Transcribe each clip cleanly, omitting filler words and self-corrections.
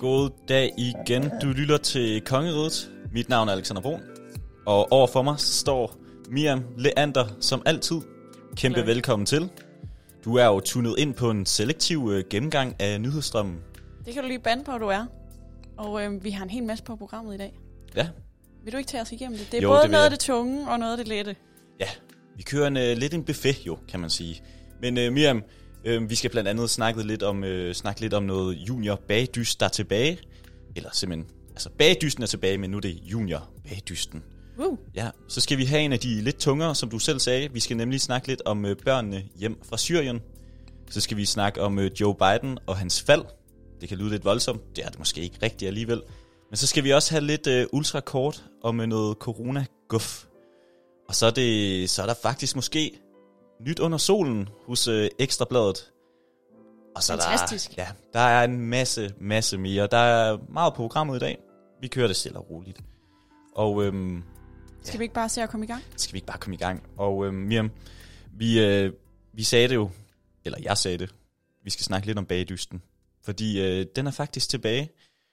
God dag igen. Du lytter til Kongeriget. Mit navn er Alexander Brun. Og overfor mig står Miriam Leander som altid. Kæmpe velkommen til. Du er jo tunet ind på en selektiv gennemgang af nyhedsstrømmen. Det kan du lige bande på, du er. Og vi har en hel masse på programmet i dag. Ja. Vil du ikke tage os igennem det? Det er både noget af det tunge og noget af det lette. Ja, vi kører lidt en buffet jo, kan man sige. Men Miriam, vi skal blandt andet snakke lidt om noget junior bagdyst, der er tilbage. Eller simpelthen, altså bagdysten er tilbage, men nu er det junior bagdysten. Ja, så skal vi have en af de lidt tungere, som du selv sagde. Vi skal nemlig snakke lidt om børnene hjem fra Syrien. Så skal vi snakke om Joe Biden og hans fald. Det kan lyde lidt voldsomt, det er det måske ikke rigtigt alligevel. Men så skal vi også have lidt ultrakort om noget corona-guf. Og så er der faktisk måske nyt under solen hos Ekstrabladet. Og så fantastisk. Der er en masse mere. Der er meget på programmet i dag. Vi kører det stille og roligt. Og skal vi ikke bare se at komme i gang? Skal vi ikke bare komme i gang? Og Miriam, vi sagde det jo, eller jeg sagde det, vi skal snakke lidt om bagdysten. Fordi den er faktisk tilbage.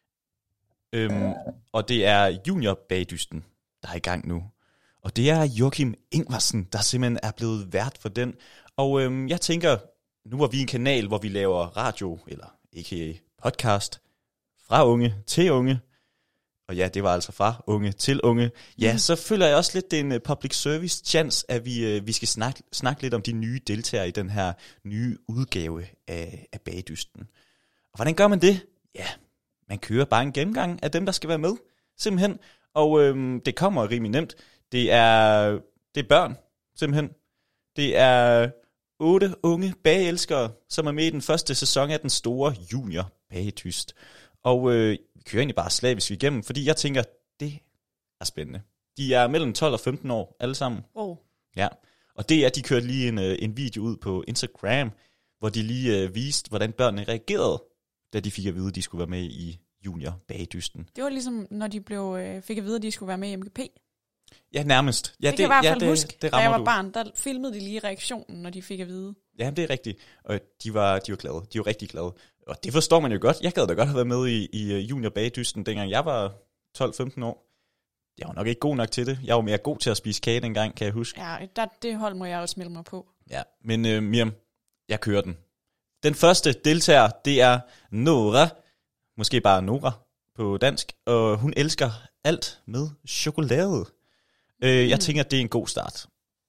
Og det er junior bagdysten, der er i gang nu. Og det er Joachim Ingvarsen, der simpelthen er blevet vært for den. Og jeg tænker, nu er vi en kanal, hvor vi laver radio, eller ikke podcast, fra unge til unge. Og ja, det var altså fra unge til unge. Ja, så føler jeg også lidt, det er en public service chance, at vi skal snakke lidt om de nye deltagere i den her nye udgave af bagdysten. Og hvordan gør man det? Ja, man kører bare en gennemgang af dem, der skal være med, simpelthen. Og det kommer rimelig nemt. Det er børn, simpelthen. Det er 8 unge bagelskere, som er med i den første sæson af den store junior bagdyst. Og vi kører egentlig bare slavisk igennem, fordi jeg tænker, det er spændende. De er mellem 12 og 15 år, alle sammen. Ja, og de kørte lige en video ud på Instagram, hvor de lige viste, hvordan børnene reagerede, da de fik at vide, at de skulle være med i junior bagdysten. Det var ligesom, når de fik at vide, at de skulle være med i MGP. Ja, nærmest. Ja, det kan jeg i hvert fald huske, da jeg var barn, der filmede de lige reaktionen, når de fik at vide. Ja, det er rigtigt. Og de var glade. De var rigtig glade. Og det forstår man jo godt. Jeg gad da godt have været med i junior bagdysten, dengang jeg var 12-15 år. Jeg var nok ikke god nok til det. Jeg var mere god til at spise kage dengang, kan jeg huske. Ja, det hold må jeg også melde mig på. Ja, men Miriam, jeg kører den. Den første deltager, det er Nora. Måske bare Nora på dansk. Og hun elsker alt med chokolade. Jeg tænker, at det er en god start.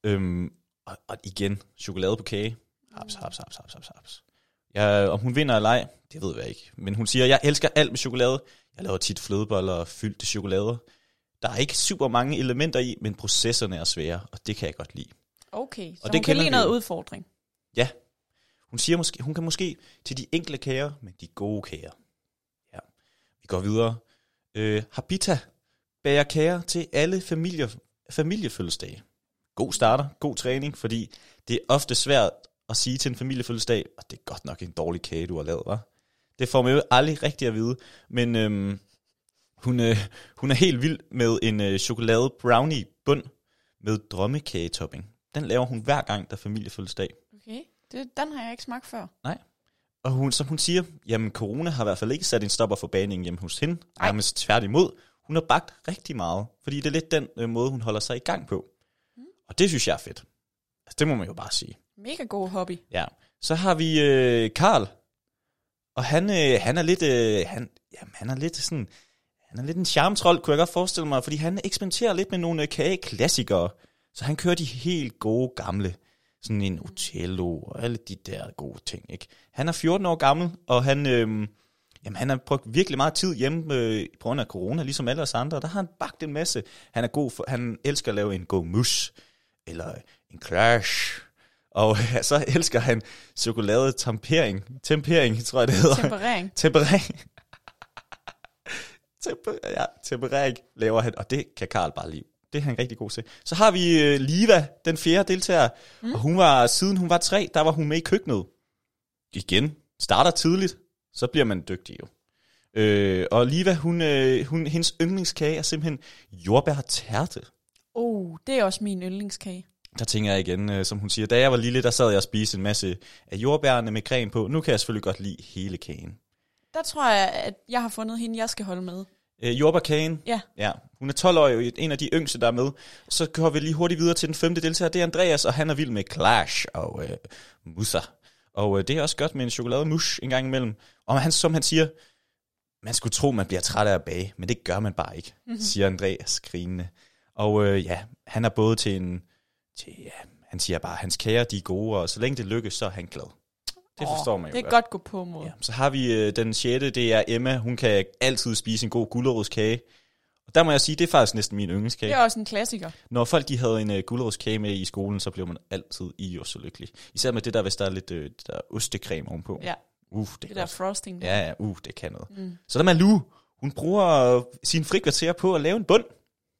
Og igen, chokolade på kage. Haps. Om hun vinder eller ej, det ved jeg ikke. Men hun siger, jeg elsker alt med chokolade. Jeg laver tit flødeboller fyldte chokolader. Der er ikke super mange elementer i, men processerne er svære, og det kan jeg godt lide. Okay, så og hun kan lide noget udfordring. Ja. Hun siger, hun kan måske til de enkle kager, men de gode kager. Ja. Vi går videre. Habita bager kager til alle familiefødselsdage. God starter, god træning, fordi det er ofte svært at sige til en familiefødselsdag, og det er godt nok en dårlig kage, du har lavet, hva'? Det får man jo aldrig rigtig at vide, men hun er helt vild med en chokolade brownie bund med drømmekagetopping. Den laver hun hver gang, der er familiefødselsdag. Okay, den har jeg ikke smagt før. Nej. Og som hun siger, jamen corona har i hvert fald ikke sat en stopper for bagningen hjemme hos hende. Nærmest tværtimod. Hun har bagt rigtig meget, fordi det er lidt den måde, hun holder sig i gang på. Og det synes jeg er fedt. Altså, det må man jo bare sige. Mega god hobby. Ja. Så har vi Karl. Og han er lidt han er lidt en charmetrol, kunne jeg godt forestille mig, fordi han eksperimenterer lidt med nogle kageklassikere. Så han kører de helt gode gamle, sådan en Otello og alle de der gode ting, ikke? Han er 14 år gammel, og han har brugt virkelig meget tid hjemme på grund af corona, ligesom alle os andre. Der har han bagt en masse. Han elsker at lave en god mus, eller en clash. Og så elsker han chokolade tempering, tror jeg det hedder. Temperering laver han, og det kan Karl bare lide. Det er han rigtig god til. Så har vi Liva, den 4. deltager. Og siden hun var 3, der var hun med i køkkenet. Igen, starter tidligt, så bliver man dygtig jo. Og Liva, hendes yndlingskage er simpelthen jordbærtærte. Det er også min yndlingskage. Der tænker jeg igen, som hun siger, da jeg var lille, der sad jeg og spiste en masse af jordbærne med creme på. Nu kan jeg selvfølgelig godt lide hele kagen. Der tror jeg, at jeg har fundet hende, jeg skal holde med. Jordbærkagen. Ja. Hun er 12 år, jo en af de yngste, der er med. Så går vi lige hurtigt videre til den 5. deltager. Det er Andreas, og han er vild med Clash og Musa. Og det er også godt med en chokolademush en gang imellem. Og som han siger, man skulle tro, man bliver træt af at bage, men det gør man bare ikke, siger Andreas grinende. Og han er både han siger bare, hans kager, de er gode, og så længe det lykkes, så er han glad. Det forstår man jo det er godt gå på mod. Ja, så har vi den 6. Det er Emma. Hun kan altid spise en god gulerodskage. Og der må jeg sige, det er faktisk næsten min yndlingskage. Det er også en klassiker. Når folk de havde en gulerodskage med i skolen, så blev man altid så lykkelig. Især med det der, hvis der er lidt der ostecreme ovenpå. Ja. Det der frosting. Ja, det kan noget. Så der er Malou. Hun bruger sin frikvarter på at lave en bund.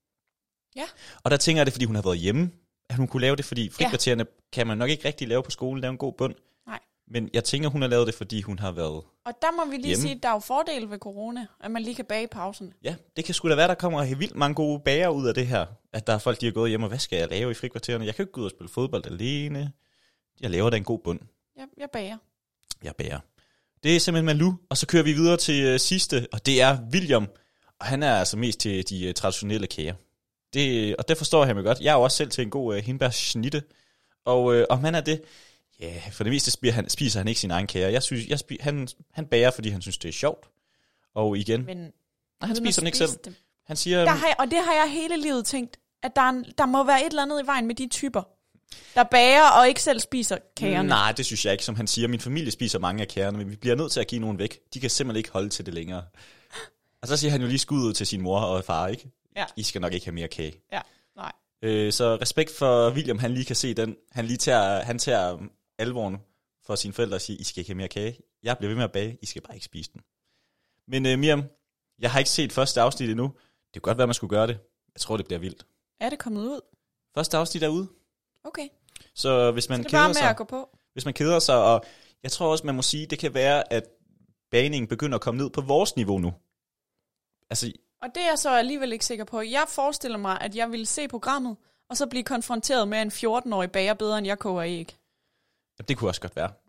Ja. Og der tænker jeg det, fordi hun har været hjemme, at hun kunne lave det, fordi frikvartererne kan man nok ikke rigtig lave på skolen, lave en god bund. Nej. Men jeg tænker, hun har lavet det, fordi hun har været Og der må vi lige hjemme. sige, at der er jo fordele ved corona, at man lige kan bage i pausen. Ja, det kan sgu da være, der kommer helt vildt mange gode bager ud af det her. At der er folk, de har gået hjem, og hvad skal jeg lave i frikvartererne? Jeg kan jo ikke gå ud og spille fodbold alene. Jeg laver da en god bund. Ja, jeg bager. Jeg bager. Det er simpelthen Malou, og så kører vi videre til sidste, og det er William. Og han er altså mest til de traditionelle kager. Og det forstår jeg mig godt. Jeg er jo også selv til en god hindbærsnitte. Og om han er det, ja, for det meste spiser han ikke sin egen kager. Jeg synes, han bager, fordi han synes, det er sjovt. Og igen, Men han spiser den ikke selv. Dem. Han siger, og det har jeg hele livet tænkt, at der må være et eller andet i vejen med de typer, der bager og ikke selv spiser kagerne. Nej, det synes jeg ikke, som han siger. Min familie spiser mange af kagerne, men vi bliver nødt til at give nogen væk. De kan simpelthen ikke holde til det længere. Og så siger han jo lige skud ud til sin mor og far, ikke? Ja. I skal nok ikke have mere kage. Ja, nej. Så respekt for William, han lige kan se den. Han tager alvoren for sine forældre og siger, I skal ikke have mere kage. Jeg bliver ved med at bage, I skal bare ikke spise den. Men Miriam, jeg har ikke set første afsnit endnu. Det kunne godt være, man skulle gøre det. Jeg tror, det bliver vildt. Er det kommet ud? Første afsnit er ude. Okay. Så hvis man så det er bare keder med sig, at gå på. hvis man keder sig, og jeg tror også, man må sige, det kan være, at bagningen begynder at komme ned på vores niveau nu. Altså, og det er jeg så alligevel ikke sikker på. Jeg forestiller mig, at jeg ville se programmet, og så blive konfronteret med, en 14-årig bager bedre, end jeg koger æg. Ja, det kunne også godt være.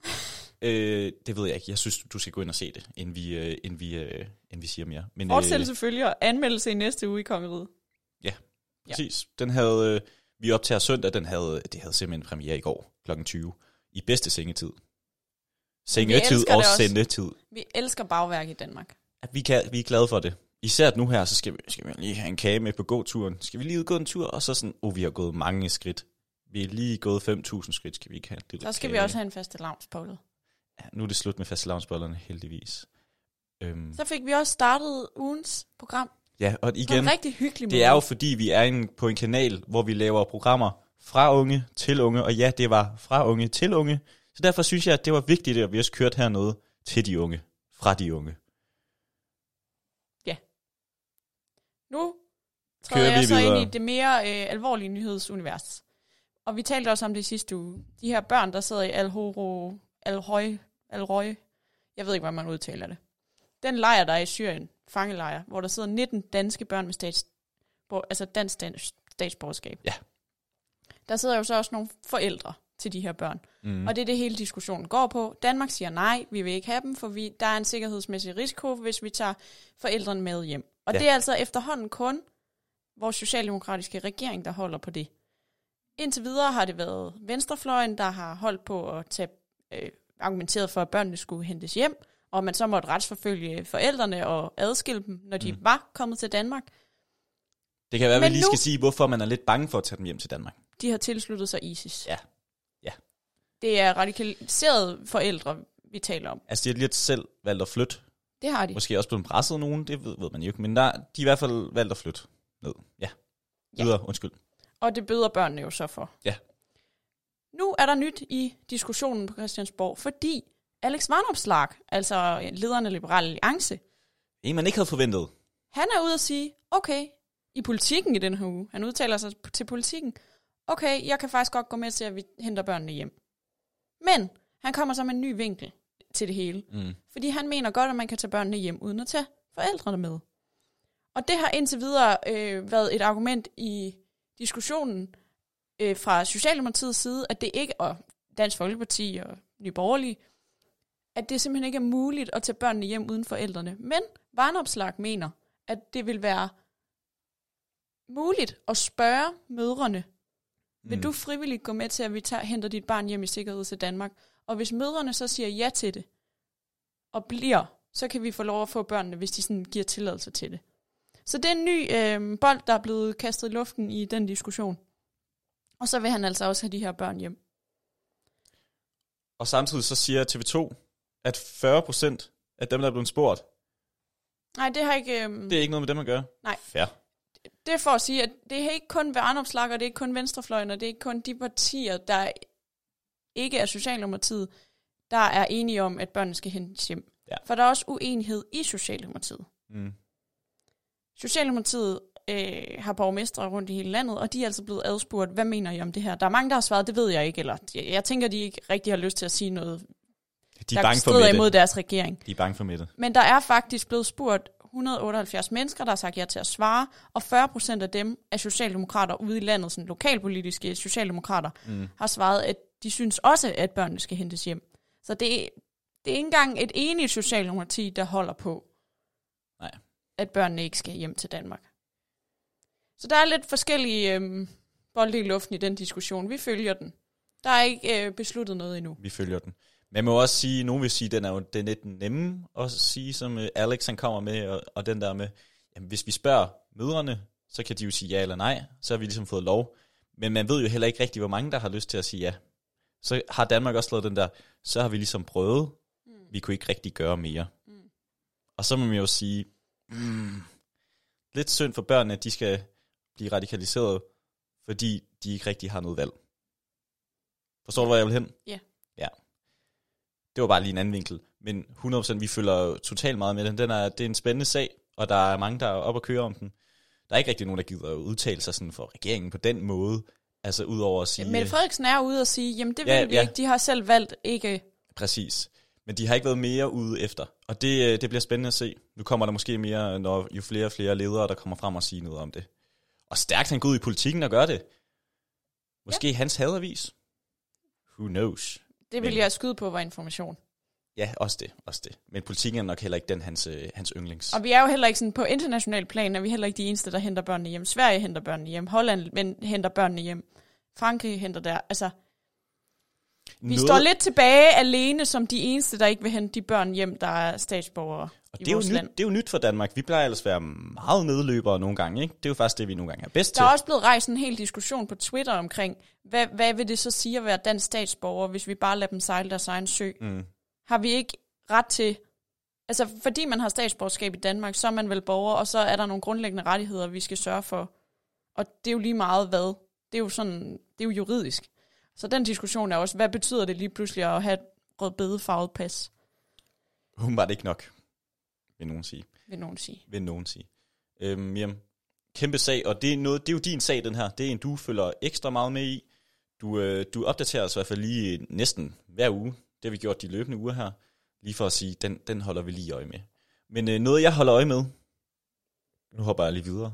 Det ved jeg ikke. Jeg synes, du skal gå ind og se det, inden vi siger mere. Men, Fortsættelse følger anmeldelse i næste uge i Kongeriget. Ja, præcis. Ja. Den havde, vi optager søndag, det havde simpelthen premiere i går kl. 20. I bedste sengetid. Sengetid og sendetid. Vi elsker bagværk i Danmark. At vi er glade for det. Især nu her, så skal vi lige have en kage med på gåturen. Skal vi lige ud og gå en tur, og så sådan, vi har gået mange skridt. Vi er lige gået 5.000 skridt, skal vi ikke have det? Så skal vi også have en fastelavnsbolle. Ja, nu er det slut med fastelavnsbollerne, heldigvis. Så fik vi også startet ugens program. Ja, og igen, på en rigtig hyggelig måde. Det er jo fordi, vi er på en kanal, hvor vi laver programmer fra unge til unge, og ja, det var fra unge til unge. Så derfor synes jeg, at det var vigtigt, at vi også kørte hernede til de unge, fra de unge. Ja. Nu træder jeg så ind i det mere alvorlige nyhedsunivers. Og vi talte også om det i sidste uge. De her børn, der sidder i Al-Roj, jeg ved ikke, hvordan man udtaler det. Den lejr, der er i Syrien, fangelejr, hvor der sidder 19 danske børn med dansk statsborgerskab. Ja. Der sidder jo så også nogle forældre til de her børn. Mm. Og det er det hele diskussionen går på. Danmark siger nej, vi vil ikke have dem, for der er en sikkerhedsmæssig risiko, hvis vi tager forældrene med hjem. Og det er altså efterhånden kun vores socialdemokratiske regering, der holder på det. Indtil videre har det været venstrefløjen, der har holdt på at tage argumenteret for, at børnene skulle hentes hjem, og man så måtte retsforfølge forældrene og adskille dem, når de var kommet til Danmark. Det kan være, at vi lige skal sige, hvorfor man er lidt bange for at tage dem hjem til Danmark. De har tilsluttet sig ISIS. Ja. Det er radikaliserede forældre, vi taler om. Altså, de har lidt selv valgt at flytte. Det har de. Måske også blevet presset nogen, det ved man jo ikke, men de har i hvert fald valgt at flytte ned. Ja. Videre, undskyld. Og det bøder børnene jo så for. Ja. Nu er der nyt i diskussionen på Christiansborg, fordi Alex Vanopslagh, altså lederen af Liberal Alliance, en man ikke havde forventet. Han er ude at sige, okay, i Politikken i den her uge, han udtaler sig til Politikken, okay, jeg kan faktisk godt gå med til, at vi henter børnene hjem. Men han kommer så med en ny vinkel til det hele. Fordi han mener godt, at man kan tage børnene hjem, uden at tage forældrene med. Og det har indtil videre været et argument i diskussionen fra Socialdemokratiets side, at det ikke, og Dansk Folkeparti og Nye Borgerlige, at det simpelthen ikke er muligt at tage børnene hjem uden forældrene. Men Varnopslag mener, at det vil være muligt at spørge mødrene, vil du frivilligt gå med til, at vi henter dit barn hjem i sikkerhed til Danmark? Og hvis mødrene så siger ja til det, og bliver, så kan vi få lov at få børnene, hvis de sådan giver tilladelse til det. Så det er en ny bold, der er blevet kastet i luften i den diskussion. Og så vil han altså også have de her børn hjem. Og samtidig så siger TV2, at 40% af dem, der er blevet spurgt, nej, det har ikke... det er ikke noget med dem at gøre. Nej. Fair. Det er for at sige, at det er ikke kun Varnopslag, og det er ikke kun venstrefløjen, og det er ikke kun de partier, der ikke er Socialdemokratiet, der er enige om, at børnene skal hentes hjem. Ja. For der er også uenighed i Socialdemokratiet. Socialdemokratiet har borgmestre rundt i hele landet, og de er altså blevet adspurgt, hvad mener I om det her? Der er mange, der har svaret, det ved jeg ikke, eller jeg tænker, de ikke rigtig har lyst til at sige noget, der strider imod deres regering. De er bange for Mette. Men der er faktisk blevet spurgt 178 mennesker, der har sagt ja til at svare, og 40% af dem er socialdemokrater ude i landet, sådan lokalpolitiske socialdemokrater, har svaret, at de synes også, at børnene skal hentes hjem. Så det er ikke engang et enigt socialdemokrati, der holder på, nej, at børnene ikke skal hjem til Danmark. Så der er lidt forskellige bolde i luften i den diskussion. Vi følger den. Der er ikke besluttet noget endnu. Vi følger den. Man må også sige, nogen vil sige, den er jo den lidt nemme at sige, som Alex han kommer med, og den der med, jamen, hvis vi spørger mødrene, så kan de jo sige ja eller nej, så har vi ligesom fået lov. Men man ved jo heller ikke rigtig, hvor mange der har lyst til at sige ja. Så har Danmark også lavet den der, så har vi ligesom prøvet, vi kunne ikke rigtig gøre mere. Og så må man jo sige, lidt synd for børnene, at de skal blive radikaliseret, fordi de ikke rigtig har noget valg. Forstår du, hvor jeg vil hen? Ja. Ja. Det var bare lige en anden vinkel. Men 100% vi følger totalt meget med den. Det er en spændende sag, og der er mange, der er oppe at køre om den. Der er ikke rigtig nogen, der gider at udtale sig sådan for regeringen på den måde. Altså udover at sige... Ja, Mette Frederiksen er ude og sige, jamen det vil vi ikke. De har selv valgt ikke... Præcis. Men de har ikke været mere ude efter. Og det bliver spændende at se. Nu kommer der måske mere, når jo flere og flere ledere, der kommer frem og siger noget om det. Og stærkt han går ud i politikken og gør det. Måske hans hadavis. Who knows? Det vil jeg skyde på, var Information. Ja, også det. Men politikken er nok heller ikke den hans yndlings. Og vi er jo heller ikke sådan på international plan, er vi heller ikke de eneste, der henter børnene hjem. Sverige henter børnene hjem. Holland henter børnene hjem. Frankrig henter der. Altså, vi står lidt tilbage alene som de eneste, der ikke vil hente de børn hjem, der er statsborgere i vores land. Det er jo nyt for Danmark. Vi plejer ellers at være meget medløbere nogle gange, ikke? Det er jo faktisk det, vi nogle gange er bedst til. Der er også blevet rejst en hel diskussion på Twitter omkring, hvad vil det så sige at være dansk statsborger, hvis vi bare lader dem sejle deres egen sø? Har vi ikke ret til... Altså, fordi man har statsborgerskab i Danmark, så er man vel borger, og så er der nogle grundlæggende rettigheder, vi skal sørge for. Og det er jo lige meget hvad. Det er jo sådan, det er jo juridisk. Så den diskussion er også, hvad betyder det lige pludselig at have et rødbedefarvet pas? Hun var det ikke nok, vil nogen sige. Jamen, kæmpe sag, og det er jo din sag, den her. Det er en, du følger ekstra meget med i. Du opdaterer os i hvert fald lige næsten hver uge. Det har vi gjort de løbende uger her. Lige for at sige, den holder vi lige øje med. Men noget, jeg holder øje med, nu hopper jeg lige videre.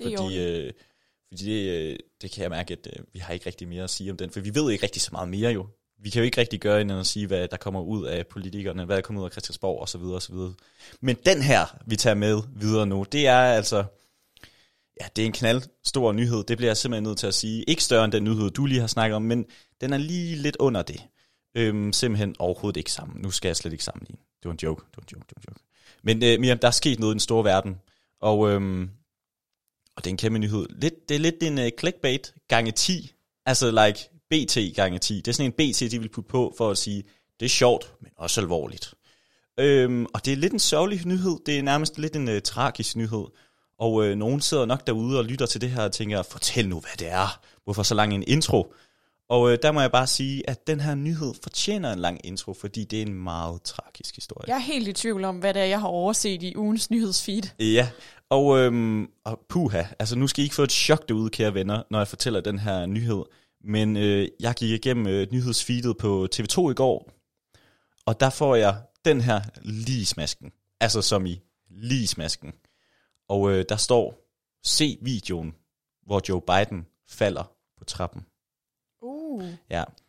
Fordi det kan jeg mærke, at vi har ikke rigtig mere at sige om den. For vi ved ikke rigtig så meget mere jo. Vi kan jo ikke rigtig gøre end at sige, hvad der kommer ud af politikerne, hvad der kommer ud af Christiansborg osv. osv. Men den her, vi tager med videre nu, det er altså... Ja, det er en knaldstor nyhed. Det bliver jeg simpelthen nødt til at sige. Ikke større end den nyhed, du lige har snakket om, men den er lige lidt under det. Simpelthen overhovedet ikke sammen. Nu skal jeg slet ikke sammenligne. Det var en joke. Men Miriam, der er sket noget i den store verden. Og det er en kæmpe nyhed. Det er lidt en clickbait gange 10. Altså like BT gange 10. Det er sådan en BT, de vil putte på for at sige, det er sjovt, men også alvorligt. Og det er lidt en sørgelig nyhed. Det er nærmest lidt en tragisk nyhed. Og nogen sidder nok derude og lytter til det her og tænker, fortæl nu, hvad det er. Hvorfor så lang en intro? Og der må jeg bare sige, at den her nyhed fortjener en lang intro, fordi det er en meget tragisk historie. Jeg er helt i tvivl om, hvad det er, jeg har overset i ugens nyhedsfeed. Ja, og puha, altså nu skal I ikke få et chok derude, kære venner, når jeg fortæller den her nyhed. Men jeg gik igennem nyhedsfeedet på TV2 i går, og der får jeg den her ligesmasken. Altså som i ligesmasken. Og der står, se videoen, hvor Joe Biden falder på trappen. Ja.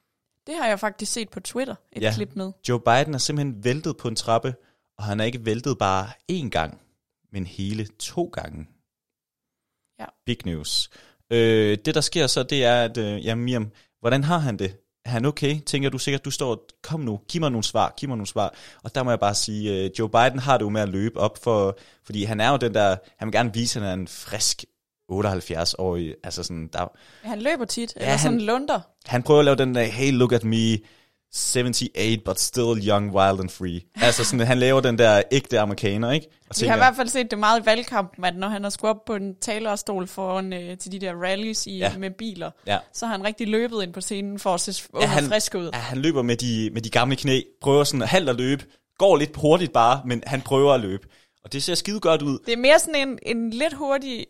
Det har jeg faktisk set på Twitter, et klip med. Joe Biden er simpelthen væltet på en trappe, og han er ikke væltet bare 1 gang, men hele 2 gange. Ja. Big news. Det, der sker så, det er, at Miriam, hvordan har han det? Er han okay? Tænker du sikkert, du står, kom nu, giv mig nogle svar. Og der må jeg bare sige, Joe Biden har det jo med at løbe op, fordi han er jo den der, han vil gerne vise, at han er en frisk 78-årig, altså sådan, der... Han løber tit, eller sådan lunder. Han prøver at lave den der, hey, look at me, 78, but still young, wild and free. Altså sådan, han laver den der ægte amerikaner, ikke? Og Vi har i hvert fald set det meget i valgkampen, at når han har skudt op på en talerstol foran til de der rallies med biler, så har han rigtig løbet ind på scenen for at se frisk ud. Ja, han løber med de gamle knæ, prøver sådan halvt at løbe, går lidt hurtigt bare, men han prøver at løbe. Og det ser skide godt ud. Det er mere sådan en lidt hurtig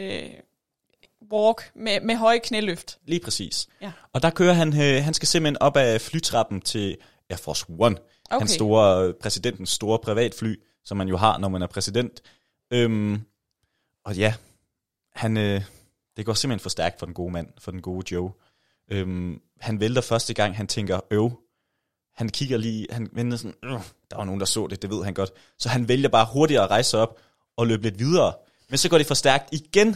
walk med høje knæløft. Lige præcis. Ja. Og der kører han skal simpelthen op af flytrappen til Air Force One. Okay. Præsidentens store privatfly, som man jo har, når man er præsident. Og ja, det går simpelthen for stærkt for den gode mand, for den gode Joe. Han vælter første gang, han tænker, han kigger lige, han venter sådan, der var nogen, der så det ved han godt. Så han vælger bare hurtigere at rejse op og løbe lidt videre. Men så går det for stærkt igen.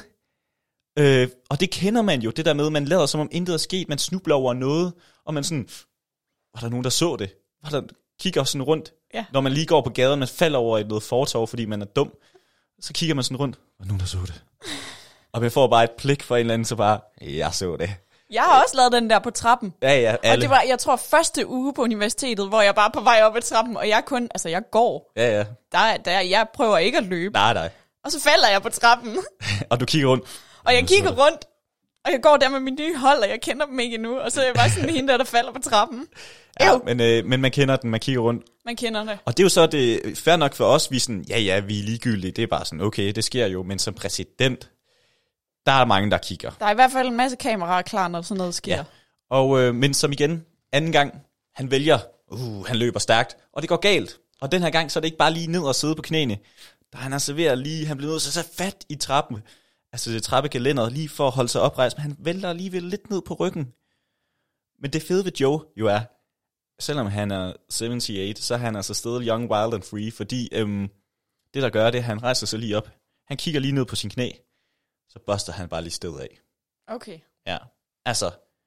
Og det kender man jo, det der med, man lader som om intet er sket, man snubler over noget, og man sådan, var der nogen, der så det? Var der kigger sådan rundt, når man lige går på gaden, man falder over i noget fortov, fordi man er dum, så kigger man sådan rundt, var der nogen, der så det? Og man får bare et blik for en eller anden, så bare, jeg så det. Jeg har også lavet den der på trappen. Ja, alle. Og det var, jeg tror, første uge på universitetet, hvor jeg bare på vej op ad trappen, og jeg går. Ja. Jeg prøver ikke at løbe. Nej. Og så falder jeg på trappen. Og du kigger rundt. Og jeg kigger rundt, og jeg går der med min nye hold, og jeg kender dem ikke endnu. Og så er jeg bare sådan hende der falder på trappen. Ja, men man kender den, man kigger rundt. Man kender det. Og det er jo så det fair nok for os, vi er sådan, vi er ligegyldige. Det er bare sådan, okay, det sker jo. Men som præsident, der er mange, der kigger. Der er i hvert fald en masse kameraer klar, når sådan noget sker. Ja. Og, men som igen, anden gang, han vælger, han løber stærkt, og det går galt. Og den her gang, så er det ikke bare lige ned og sidde på knæene. Der han er serveret lige, han bliver nødt til at tage fat i trappen. Altså det trappegelænderet lige for at holde sig oprejst, men han vælter alligevel lidt ned på ryggen. Men det fede ved Joe jo er, selvom han er 78, så er han altså stadig young, wild and free, fordi det der gør det, han rejser sig lige op. Han kigger lige ned på sin knæ, så buster han bare lige stedet af. Okay. Ja, altså,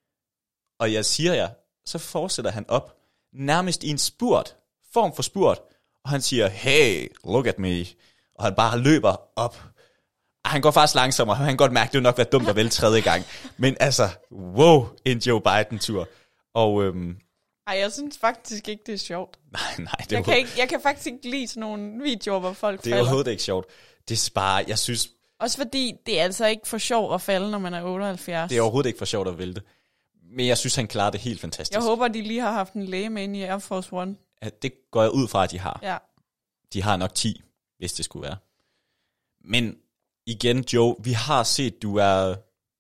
og jeg siger jer, så fortsætter han op, nærmest i en form for spurt, og han siger, hey, look at me, og han bare løber op. Han går faktisk langsommere, han kan godt mærke, det vil nok være dumt at vælge 3. gang. Men altså, wow, en Joe Biden-tur. Og, jeg synes faktisk ikke, det er sjovt. Nej. Jeg kan faktisk ikke lide sådan nogle videoer, hvor folk falder. Det er overhovedet ikke sjovt. Det er bare, jeg synes... Også fordi, det er altså ikke for sjovt at falde, når man er 78. Det er overhovedet ikke for sjovt at vælte. Men jeg synes, han klarer det helt fantastisk. Jeg håber, de lige har haft en læge med inde i Air Force One. Ja, det går jeg ud fra, at de har. Ja. De har nok 10, hvis det skulle være. Men... Igen, Joe, vi har set, du er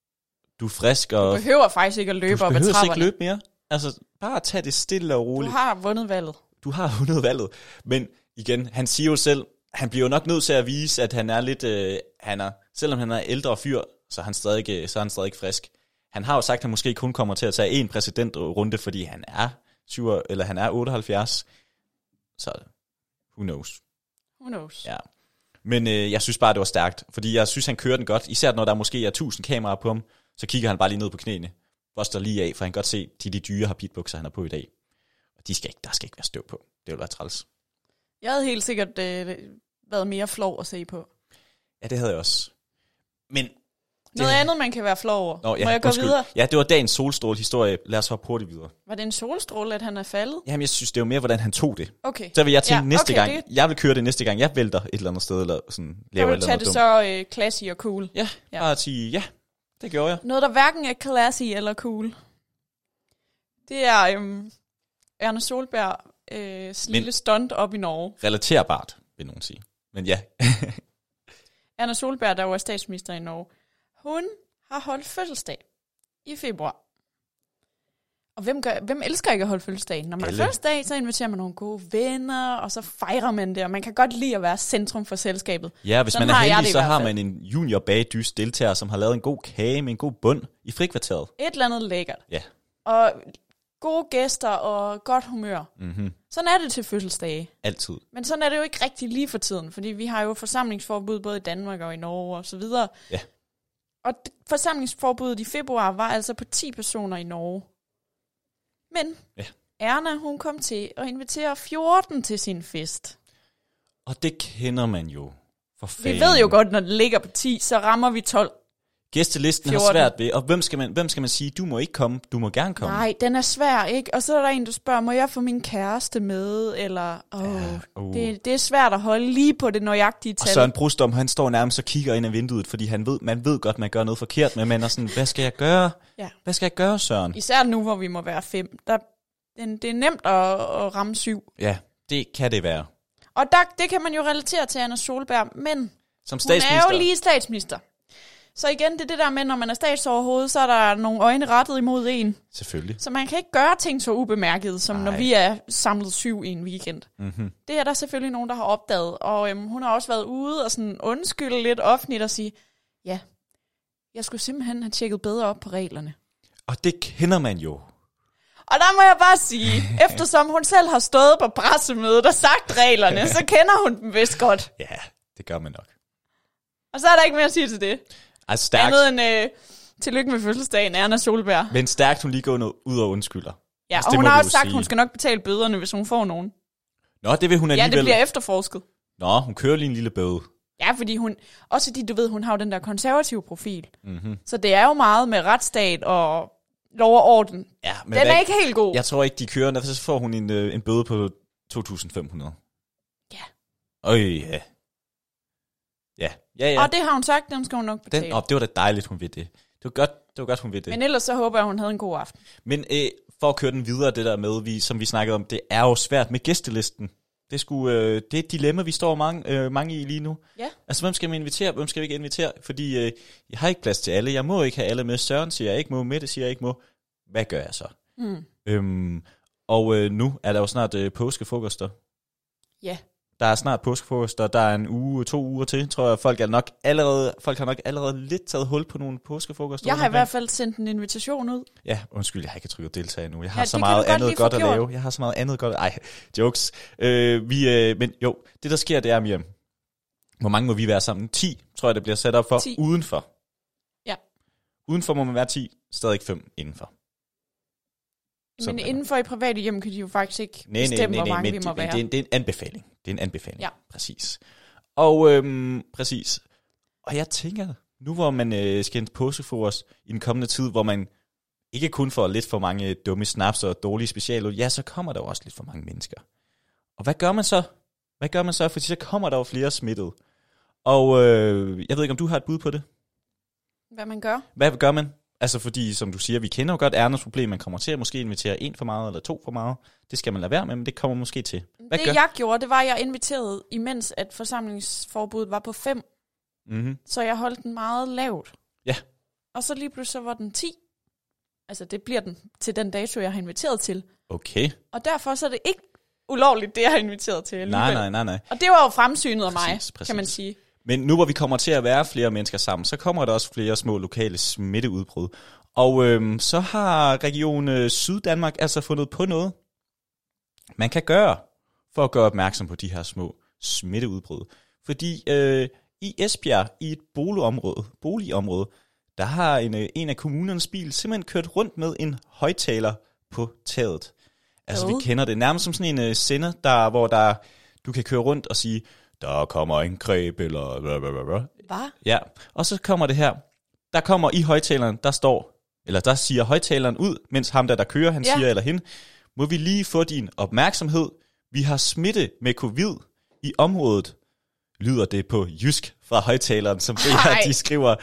frisk og... Du behøver faktisk ikke at løbe op ad trapperne. Du behøver ikke løbe mere. Altså, bare tag det stille og roligt. Du har vundet valget. Men igen, han siger jo selv, han bliver jo nok nødt til at vise, at han er lidt... selvom han er ældre fyr, så er han stadig frisk. Han har jo sagt, at han måske kun kommer til at tage en præsidentrunde, fordi han er 78. Så, who knows? Ja. Men jeg synes bare, det var stærkt, fordi jeg synes, han kører den godt. Især når der måske er 1000 kameraer på ham, så kigger han bare lige ned på knæene. Boster lige af, for han kan godt se, de dyre habitbukser, han har på i dag. Og der skal ikke være støv på. Det vil være træls. Jeg havde helt sikkert været mere flov at se på. Ja, det havde jeg også. Men... Noget andet, man kan være flov over. Må jeg gå videre? Ja, det var dagens solstråle-historie. Lad os hoppe hurtigt videre. Var det en solstråle, at han er faldet? Jamen, jeg synes, det var mere, hvordan han tog det. Okay. Så vil jeg tænke næste gang. Jeg vil køre det næste gang. Jeg vælter et eller andet sted, eller sådan laver et eller andet dumt. Så vil du tage det så classy og cool. Ja, bare at sige, ja, det gjorde jeg. Noget, der hverken er classy eller cool. Det er Erna Solbergs lille stunt op i Norge. Relaterbart, vil nogen sige. Men ja. Erna Solberg, der var statsminister i Norge. Hun har holdt fødselsdag i februar. Og hvem elsker ikke at holde fødselsdag? Når man har fødselsdag, så inviterer man nogle gode venner, og så fejrer man det, og man kan godt lide at være centrum for selskabet. Ja, hvis man er heldig, så har man en junior bagdys deltager, som har lavet en god kage med en god bund i frikvarteret. Et eller andet lækkert. Ja. Og gode gæster og godt humør. Mm-hmm. Sådan er det til fødselsdage. Altid. Men sådan er det jo ikke rigtig lige for tiden, fordi vi har jo forsamlingsforbud både i Danmark og i Norge og så videre. Ja. Og forsamlingsforbuddet i februar var altså på 10 personer i Norge. Men Erna, hun kom til at invitere 14 til sin fest. Og det kender man jo. For vi ved jo godt, når det ligger på 10, så rammer vi 12. Gæstelisten 14. har svært ved, og hvem skal man sige, du må ikke komme, du må gerne komme? Nej, den er svær, ikke? Og så er der en, der spørger, må jeg få min kæreste med? Eller, det er svært at holde lige på det nøjagtige tal. Og Søren Brustom, han står nærmest og kigger ind ad vinduet, fordi man ved godt, man gør noget forkert, men man er sådan, hvad skal jeg gøre? Ja. Hvad skal jeg gøre, Søren? Især nu, hvor vi må være 5. Det er nemt at ramme 7. Ja, det kan det være. Og det kan man jo relatere til Anna Solberg, men som hun er jo lige statsminister. Så igen, det er det der med, når man er statsoverhoved, så er der nogle øjne rettet imod en. Selvfølgelig. Så man kan ikke gøre ting så ubemærket, som når vi er samlet 7 i en weekend. Mm-hmm. Det er der selvfølgelig nogen, der har opdaget. Og hun har også været ude og sådan undskylde lidt offentligt og sige, ja, jeg skulle simpelthen have tjekket bedre op på reglerne. Og det kender man jo. Og der må jeg bare sige, eftersom hun selv har stået på pressemødet og sagt reglerne, så kender hun dem vist godt. Ja, det gør man nok. Og så er der ikke mere at sige til det. Altså stærkt. Andet end tillykke med fødselsdagen, Erna Solberg. Men stærkt, hun lige går ud og undskylder. Ja, altså, og hun har også sagt, at hun skal nok betale bøderne, hvis hun får nogen. Nå, det vil hun alligevel. Ja, det bliver efterforsket. Nå, hun kører lige en lille bøde. Ja, fordi du ved, hun har jo den der konservative profil. Mm-hmm. Så det er jo meget med retsstat og lov og orden. Ja, men den er ikke helt god. Jeg tror ikke, de kører, derfor så får hun en bøde på 2.500. Ja. Ja. Ja. Og det har hun sagt, den skal hun nok betale. Det var da dejligt, hun ved det. Det var godt, hun ved det. Men ellers så håber jeg, hun havde en god aften. Men for at køre den videre, det der med, som vi snakkede om, det er jo svært med gæstelisten. Det er et dilemma, vi står mange i lige nu. Ja. Altså, hvem skal vi invitere, hvem skal vi ikke invitere? Fordi jeg har ikke plads til alle. Jeg må ikke have alle med. Søren siger jeg ikke må, Mette siger jeg ikke må. Hvad gør jeg så? Nu er der jo snart påskefrokoster. Ja. Der er snart påskefrokoster, der er 2 uger til, tror jeg. Folk har nok allerede lidt taget hul på nogle påskefrokoster. Jeg har i hvert fald sendt en invitation ud. Ja, undskyld, jeg har ikke trykket deltage nu. Jeg har så meget andet godt at lave. Jeg har så meget andet godt. Jokes. Men jo, det der sker, det er, Miriam, hvor mange må vi være sammen? 10, tror jeg, det bliver sat op for 10. Udenfor. Ja. Udenfor må man være 10, stadig 5 indenfor. Men indenfor i private hjem kan de jo faktisk ikke bestemme, hvor mange vi må være. Det er en anbefaling. Det er en anbefaling, ja. Præcis. Og præcis. Og jeg tænker, nu hvor man skal en påskefrokost i den kommende tid, hvor man ikke kun får lidt for mange dumme snaps og dårlige specialer, ja, så kommer der jo også lidt for mange mennesker. Og hvad gør man så? Fordi så kommer der jo flere smittet. Og jeg ved ikke, om du har et bud på det? Hvad man gør? Hvad gør man? Altså fordi, som du siger, vi kender jo godt Ernas problem. Man kommer til at måske invitere 1 for meget eller 2 for meget. Det skal man lade være med, men det kommer måske til. Jeg gjorde, det var, at jeg inviterede, imens at forsamlingsforbuddet var på 5. Mm-hmm. Så jeg holdt den meget lavt. Ja. Og så lige pludselig så var den 10. Altså det bliver den til den dato, jeg har inviteret til. Okay. Og derfor så er det ikke ulovligt, det jeg har inviteret til alligevel. Nej. Og det var jo fremsynet af mig, kan man sige. Men nu hvor vi kommer til at være flere mennesker sammen, så kommer der også flere små lokale smitteudbrud. Og så har Region Syddanmark altså fundet på noget, man kan gøre for at gøre opmærksom på de her små smitteudbrud. Fordi i Esbjerg, i et boligområde, der har en af kommunernes bil simpelthen kørt rundt med en højttaler på taget. Altså vi kender det nærmest som sådan en sender, hvor du kan køre rundt og sige, der kommer en greb, eller blablabla. Hvad? Ja, og så kommer det her. Der kommer i højtaleren, der siger højtaleren ud, mens ham der kører, han siger eller hende, må vi lige få din opmærksomhed. Vi har smitte med covid i området, lyder det på jysk fra højtaleren, som det her, de skriver.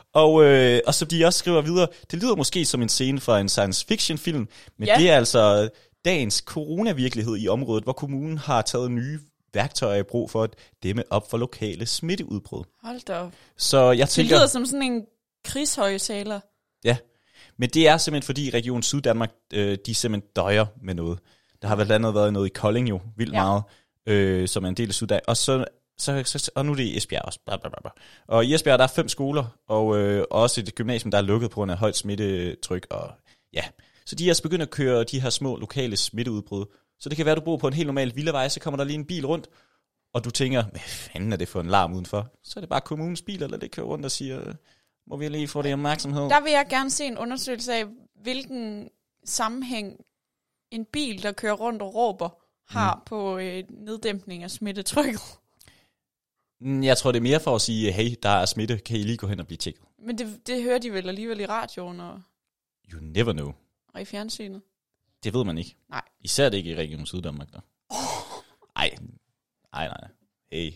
Og så de også skriver videre, det lyder måske som en scene fra en science fiction film, men det er altså dagens coronavirkelighed i området, hvor kommunen har taget nye værktøjer i brug for at dæmme op for lokale smitteudbrud. Hold da op. Så jeg tænker, det lyder som sådan en krigshøjtaler. Ja, men det er simpelthen fordi Region Syddanmark, de simpelthen døjer med noget. Der har blandt andet været noget i Kolding jo, vildt meget, som er en del af Syddanmark. Og og nu er det i Esbjerg også. Blablabla. Og i Esbjerg der er 5 skoler, og også et gymnasium, der er lukket på grund af højt smittetryk. Og ja, Så de er altså begyndt at køre de her små lokale smitteudbrud. Så det kan være, at du bor på en helt normal villavej, så kommer der lige en bil rundt, og du tænker, hvad fanden er det for en larm udenfor? Så er det bare kommunens bil, eller det kører rundt og siger, må vi lige få det opmærksomhed? Der vil jeg gerne se en undersøgelse af, hvilken sammenhæng en bil, der kører rundt og råber, har på neddæmpning af smittetrykket. Jeg tror, det er mere for at sige, hey, der er smitte, kan I lige gå hen og blive tjekket? Men det hører de vel alligevel i radioen og You never know. i fjernsynet. Det ved man ikke. Nej. Især det ikke i Region Syddanmark, der. Nej. Hey.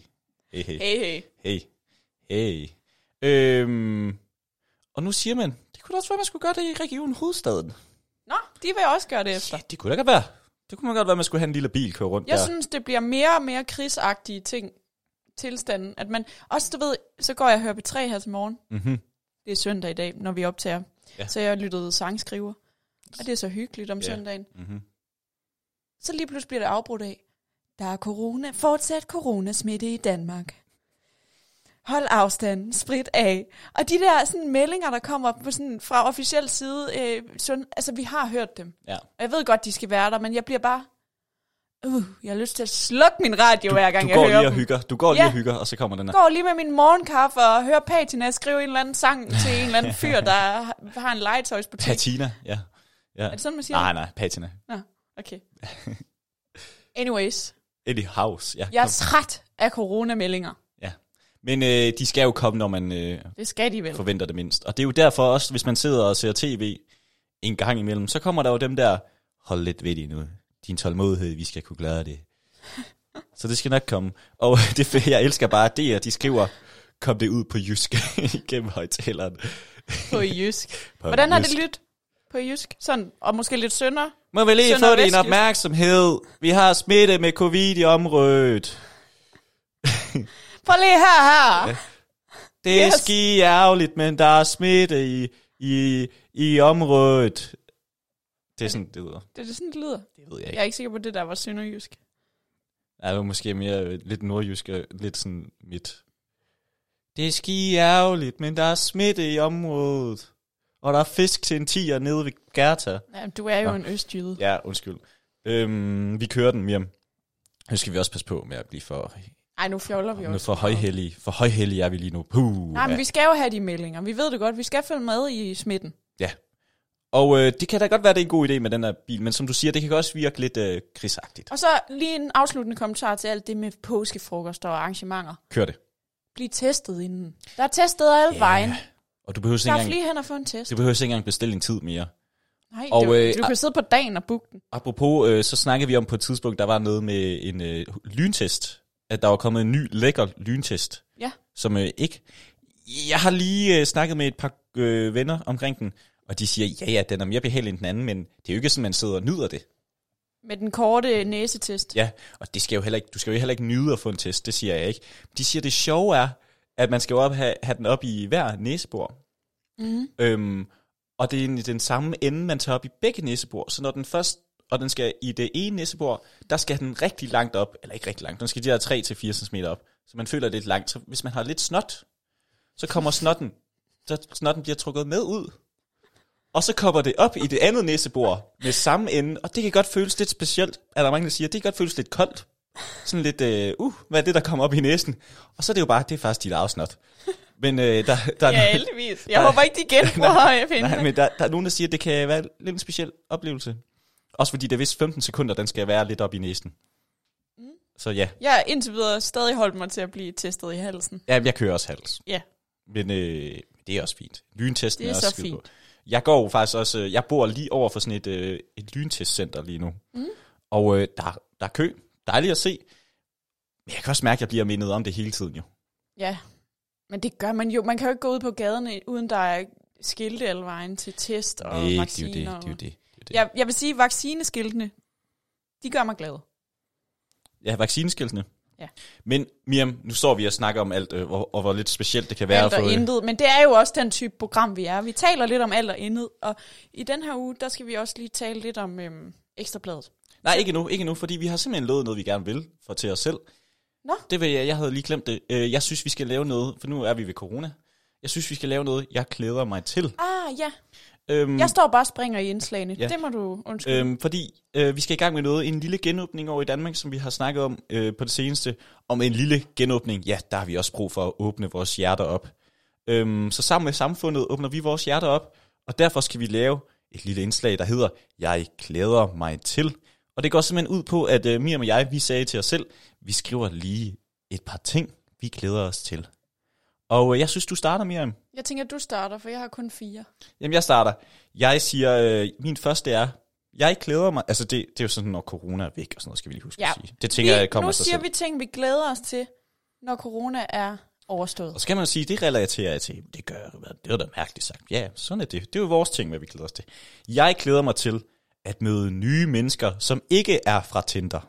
Og nu siger man, det kunne da også være, man skulle gøre det i Region Hovedstaden. Nå, de vil også gøre det efter. Ja, det kunne da godt være. Det kunne man godt være, man skulle have en lille bil køre rundt Jeg der. synes, det bliver mere og mere krigsagtige tilstanden. At man, også du ved, så går jeg og hører P3 her til morgen. Mm-hmm. Det er søndag i dag, når vi optager. Ja. Så jeg lyttede sangskriver. Og det er så hyggeligt om søndagen. Mm-hmm. Så lige pludselig bliver det afbrudt af, der er fortsat coronasmitte i Danmark. Hold afstand, sprit af. Og de der sådan, meldinger, der kommer på sådan, fra officiel side, altså vi har hørt dem. Ja. Og jeg ved godt, de skal være der, men jeg bliver bare, jeg har lyst til at slukke min radio, hver gang jeg hører dem. Du går lige og hygger, og så kommer den her. Jeg går lige med min morgenkaffe og hører Patina skrive en eller anden sang til en eller anden fyr, der har en legetøjsbutik. Patina, ja. Er det sådan, man siger? Nej, Patina. Nå, okay. Anyways. Eddie House, ja. Jeg er træt af coronameldinger. Ja, men de skal jo komme, når man det skal de vel. Forventer det mindst. Og det er jo derfor også, hvis man sidder og ser tv en gang imellem, så kommer der jo dem der, hold lidt ved det nu, din tålmodighed, vi skal kunne klare det. Så det skal nok komme. Og det jeg elsker bare det, at de skriver, kom det ud på jysk gennem højtaleren. På jysk. Hvordan har det lyttet på jysk? Sådan, og måske lidt sønder. Må vi lige få din opmærksomhed? Vi har smitte med covid i området. Prøv lige her. Ja. Det er ski ærgerligt, men der er smitte i området. Det er sådan, det lyder. Det er sådan, det lyder? Det ved jeg ikke. Jeg er ikke sikker på, at det der var sønderjysk. Ja, det var måske mere lidt nordjysk, lidt sådan midt. Det er ski ærgerligt, men der er smitte i området. Og der er fisk til en 10'er nede ved Gerta. Ja, du er jo en østjyde. Ja, undskyld. Vi kører den, Miriam. Nu skal vi også passe på med at blive for... Ej, nu fjoller vi også. For højhellige. For højhellige er vi lige nu. Nej, men vi skal jo have de meldinger. Vi ved det godt. Vi skal følge med i smitten. Ja. Og det kan da godt være, det er en god idé med den her bil. Men som du siger, det kan også virke lidt krigsagtigt. Og så lige en afsluttende kommentar til alt det med påskefrokoster og arrangementer. Kør det. Bliv testet inden. Der er testet alle vejen. Og du behøver ikke engang... Der er lige hen og få en test. Du behøver ikke engang bestille en tid mere. Nej, og, du kan sidde på dagen og booke den. Apropos, så snakkede vi om på et tidspunkt, der var noget med en lyntest. At der var kommet en ny, lækker lyntest. Ja. Som ikke... Jeg har lige snakket med et par venner omkring den, og de siger, ja, den er mere behagelig end den anden, men det er jo ikke sådan, man sidder og nyder det. Med den korte næsetest. Ja, og det skal jo heller ikke, du skal jo heller ikke nyde at få en test, det siger jeg ikke. De siger, det sjove er, at man skal jo have den op i hver næsebor. Mm. Og det er den samme ende, man tager op i begge næsebor. Så når den først, og den skal i det ene næsebor, der skal den rigtig langt op, eller ikke rigtig langt, den skal de der 3-4 cm op. Så man føler det lidt langt. Så hvis man har lidt snot, så kommer snotten bliver trukket med ud. Og så kommer det op i det andet næsebor med samme ende, og det kan godt føles lidt specielt, er der mange, der siger, det kan godt føles lidt koldt. Sådan lidt, hvad er det, der kommer op i næsen? Og så er det jo bare, det er faktisk dit afsnot. Men der ja, heldigvis. Jeg håber ikke, de genbruger pindene. Nej, men der er nogen, der siger, at det kan være lidt en speciel oplevelse. Også fordi det er vist 15 sekunder, den skal være lidt op i næsen. Mm. Så ja. Jeg har indtil videre stadig holdt mig til at blive testet i halsen. Ja, jeg kører også hals. Ja. Men det er også fint. Lyntesten er også så fint. på. Jeg går faktisk også, jeg bor lige over for sådan et lyntestcenter lige nu. Mm. Og der er kø. Dejligt at se. Men jeg kan også mærke, at jeg bliver mindet om det hele tiden jo. Ja, men det gør man jo. Man kan jo ikke gå ud på gaderne, uden der er skilte alle vejen til test og vacciner. Det er det. Jeg vil sige, at vaccineskiltene, de gør mig glad. Ja, vaccineskiltene. Ja. Men Miriam, nu står vi og snakker om alt, og hvor lidt specielt det kan være. Alt og intet, men det er jo også den type program, vi er. Vi taler lidt om alt og intet, og i den her uge, der skal vi også lige tale lidt om Ekstrabladet. Nej, ikke nu, fordi vi har simpelthen lovet noget, vi gerne vil for til os selv. Nå? Det vil jeg havde lige glemt det. Jeg synes, vi skal lave noget, for nu er vi ved corona. Jeg synes, vi skal lave noget, jeg glæder mig til. Ah, ja. Jeg står bare og springer i indslagene. Ja. Det må du undskylde. Fordi vi skal i gang med noget. En lille genåbning over i Danmark, som vi har snakket om på det seneste. Om en lille genåbning. Ja, der har vi også brug for at åbne vores hjerter op. Så sammen med samfundet åbner vi vores hjerter op. Og derfor skal vi lave et lille indslag, der hedder Jeg glæder mig til. Og det går simpelthen ud på, at Miriam og jeg, vi sagde til os selv, vi skriver lige et par ting, vi glæder os til. Og jeg synes, du starter, Miriam. Jeg tænker, at du starter, for jeg har kun 4. Jamen, jeg starter. Jeg siger, min første er, jeg glæder mig. Altså, det er jo sådan, når corona er væk, og sådan noget, skal vi lige huske at sige. Det tænker jeg kommer af sig selv. Nu siger vi ting, vi glæder os til, når corona er overstået. Og så kan man sige, det relaterer jeg til. Det er da mærkeligt sagt. Ja, sådan er det. Det er jo vores ting, hvad vi glæder os til. Jeg glæder mig til at møde nye mennesker, som ikke er fra Tinder.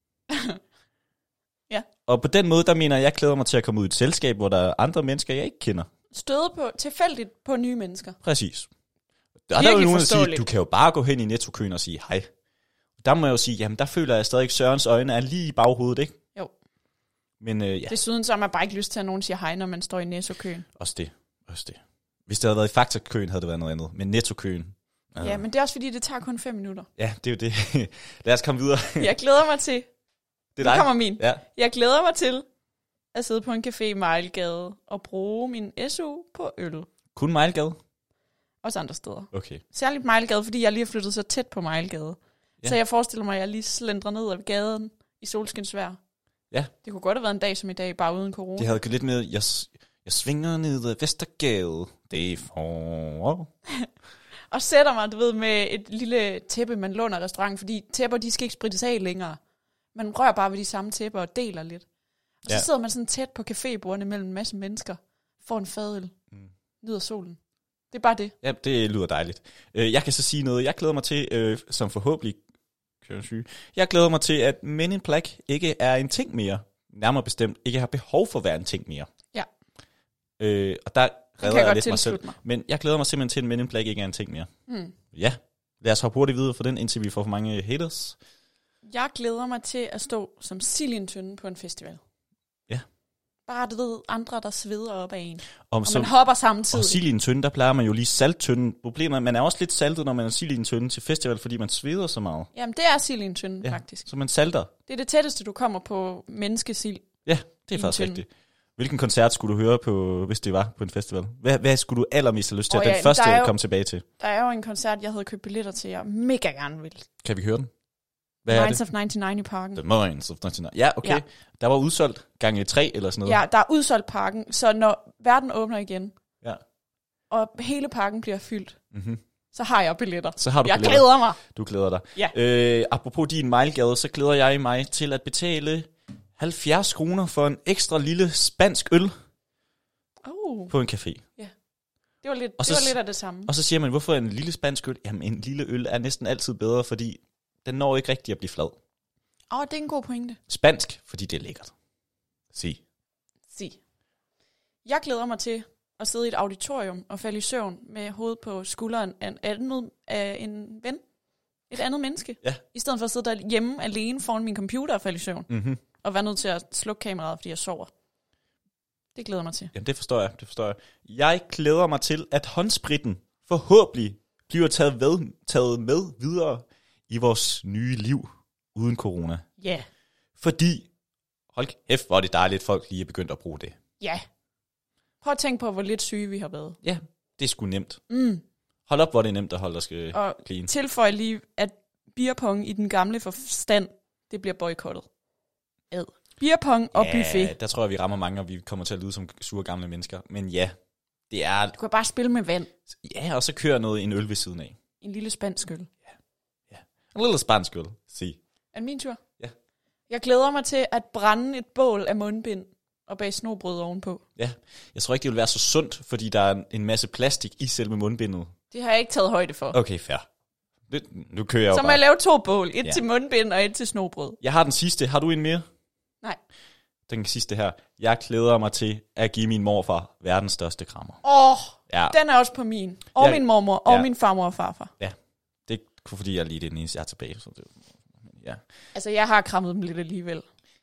Ja. Og på den måde, der mener jeg glæder mig til at komme ud i et selskab, hvor der er andre mennesker, jeg ikke kender. Støde på, tilfældigt på nye mennesker. Præcis. Der er jo nogen, der siger, du kan jo bare gå hen i Netto-køen og sige hej. Der må jeg jo sige, jamen der føler jeg stadig, Sørens øjne er lige i baghovedet, ikke? Jo. Men ja. Desuden så har man bare ikke lyst til, at nogen siger hej, når man står i Netto-køen. Også det. Hvis det havde været i Fakta-køen, havde det været noget andet. Men Netto-køen. Ja, men det er også fordi, det tager kun 5 minutter. Ja, det er jo det. Lad os komme videre. Jeg glæder mig til. Det er dig. Nu kommer min. Ja. Jeg glæder mig til at sidde på en café i Mejlgade og bruge min SU på øl. Kun Mejlgade? Også andre steder. Okay. Særligt Mejlgade, fordi jeg lige har flyttet så tæt på Mejlgade. Ja. Så jeg forestiller mig, at jeg lige slendrer ned ad gaden i solskinsvejr. Ja. Det kunne godt have været en dag som i dag, bare uden corona. Det havde lidt med, jeg svinger ned ad Vestergade. Det er for... Og sætter mig, du ved, med et lille tæppe, man låner af restauranten, fordi tæpper, de skal ikke sprittes af længere. Man rører bare ved de samme tæpper og deler lidt. Og så sidder man sådan tæt på cafébordene mellem en masse mennesker, får en fadøl, nyder solen. Det er bare det. Ja, det lyder dejligt. Jeg kan så sige noget, jeg glæder mig til, som forhåbentlig kan jeg sige. Jeg glæder mig til, at Men in Black ikke er en ting mere. Nærmere bestemt ikke har behov for at være en ting mere. Ja. Og der redder jeg lidt mig selv. Mig. Men jeg glæder mig simpelthen til, at Men in Black ikke er en ting mere. Ja, lad os hoppe hurtigt videre for den, indtil vi får for mange haters. Jeg glæder mig til at stå som sild i en tønde på en festival. Ja. Bare, du ved, andre, der sveder op af en. Og man hopper samtidig. Og sild i en tønde, der plejer man jo lige salttønden. Problemet er, at man er også lidt saltet, når man er sild i en tønde til festival, fordi man sveder så meget. Jamen, det er sild i en tønde, faktisk. Så man salter. Det er det tætteste, du kommer på menneskesild. Ja, det er faktisk rigtigt. Hvilken koncert skulle du høre på, hvis det var på en festival? Hvad skulle du allermest have lyst til, at den første kom tilbage til? Der er jo en koncert, jeg havde købt billetter til, jeg mega gerne vil. Kan vi høre den? Minds of 99 i parken. The Minds of 99. Ja, okay. Ja. Der var udsolgt gange 3 eller sådan noget. Ja, der er udsolgt parken, så når verden åbner igen, og hele parken bliver fyldt, så har jeg billetter. Så har du billetter. Glæder mig. Du glæder dig. Ja. Apropos din Mejlgade, så glæder jeg mig til at betale 70 kroner for en ekstra lille spansk øl på en café. Ja. Det var lidt af det samme. Og så siger man, hvorfor en lille spansk øl? Jamen, en lille øl er næsten altid bedre, fordi den når ikke rigtig at blive flad. Det er en god pointe. Spansk, fordi det er lækkert. Sig. Jeg glæder mig til at sidde i et auditorium og falde i søvn med hovedet på skulderen af en ven. Et andet menneske. Ja. I stedet for at sidde derhjemme alene foran min computer og falde i søvn. Mm-hmm. Og være nødt til at slukke kameraet, fordi jeg sover. Det glæder mig til. Jamen, det forstår jeg. Jeg glæder mig til, at håndspritten forhåbentlig bliver taget med videre i vores nye liv uden corona. Ja. Yeah. Fordi, hold kæft, hvor er det dejligt, at folk lige er begyndt at bruge det. Ja. Yeah. Prøv at tænke på, hvor lidt syge vi har været. Ja, det er sgu nemt. Hold op, hvor det er nemt at holde dig clean. Og tilføj lige, at beerpong i den gamle forstand, det bliver boykottet. Beerpong og buffet. Ja, der tror jeg, vi rammer mange, og vi kommer til at lyde som sure gamle mennesker. Men ja, det er... Du kan bare spille med vand. Ja, og så køre en øl ved siden af. En lille spansk øl. Ja. En lille spansk øl, sig. Er det min tur? Ja. Jeg glæder mig til at brænde et bål af mundbind og bage snobrød ovenpå. Ja, jeg tror ikke, det vil være så sundt, fordi der er en masse plastik i selve mundbindet. Det har jeg ikke taget højde for. Okay, fair. Nu kører jeg jo så må jeg lave 2 bål. Et til mundbind og et til snobrød. Jeg har den sidste. Har du en mere? Nej. Den sidste her. Jeg glæder mig til at give min morfar verdens største krammer. Den er også på min. Og min mormor, og min farmor og farfar. Ja, det er fordi, jeg lige det den eneste, jeg er tilbage. Så det, Altså, jeg har krammet dem lidt alligevel.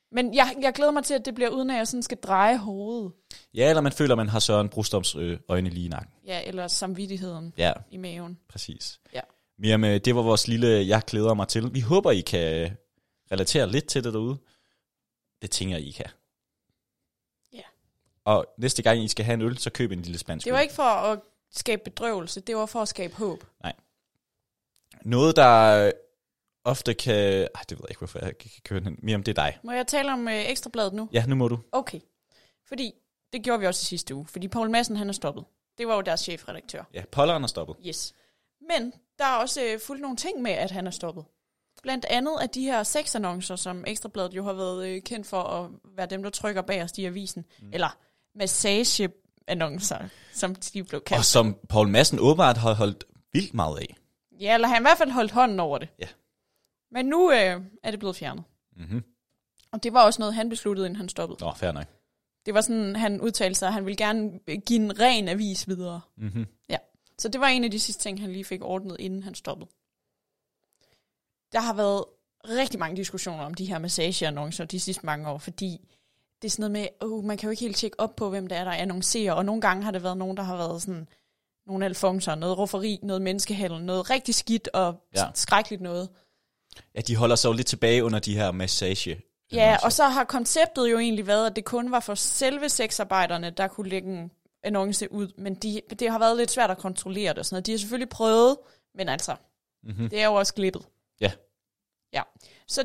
Men jeg glæder mig til, at det bliver uden, at jeg sådan skal dreje hovedet. Ja, eller man føler, at man har Søren Brostrøms øjne lige i nakken. Ja, eller samvittigheden i maven. Præcis. Ja. Miriam, det var vores lille, jeg glæder mig til. Vi håber, I kan relatere lidt til det derude. Det tænker I kan. Ja. Og næste gang, I skal have en øl, så køb en lille spansk øl. Det var ikke for at skabe bedrøvelse, det var for at skabe håb. Nej. Noget, der ofte kan... det ved jeg ikke, hvorfor jeg kan køre den. Miriam, det er dig. Må jeg tale om Ekstrabladet nu? Ja, nu må du. Okay. Fordi, det gjorde vi også i sidste uge, fordi Poul Madsen, han er stoppet. Det var jo deres chefredaktør. Ja, Polleren er stoppet. Yes. Men der er også fuldt nogle ting med, at han er stoppet. Blandt andet af de her sexannoncer, som Ekstrabladet jo har været kendt for at være dem, der trykker bagerst i avisen. Eller massageannoncer, som de blev kaldt. Og som Poul Madsen åbenbart har holdt vildt meget af. Ja, eller han i hvert fald holdt hånden over det. Ja. Men nu er det blevet fjernet. Mm-hmm. Og det var også noget, han besluttede, inden han stoppede. Nå, fair nok. Det var sådan, han udtalte sig, at han ville gerne give en ren avis videre. Mm-hmm. Ja. Så det var en af de sidste ting, han lige fik ordnet, inden han stoppede. Der har været rigtig mange diskussioner om de her massageannoncer de sidste mange år, fordi det er sådan noget med, man kan jo ikke helt tjekke op på, hvem der annoncerer, og nogle gange har det været nogen, der har været sådan, nogle alfonser, noget rufferi, noget menneskehandel, noget rigtig skidt og skrækkeligt noget. Ja, de holder sig jo lidt tilbage under de her massage. Ja, og så har konceptet jo egentlig været, at det kun var for selve sexarbejderne, der kunne lægge en annonce ud, men det har været lidt svært at kontrollere det og sådan noget. De har selvfølgelig prøvet, men altså, det er jo også glippet. Ja. Ja, så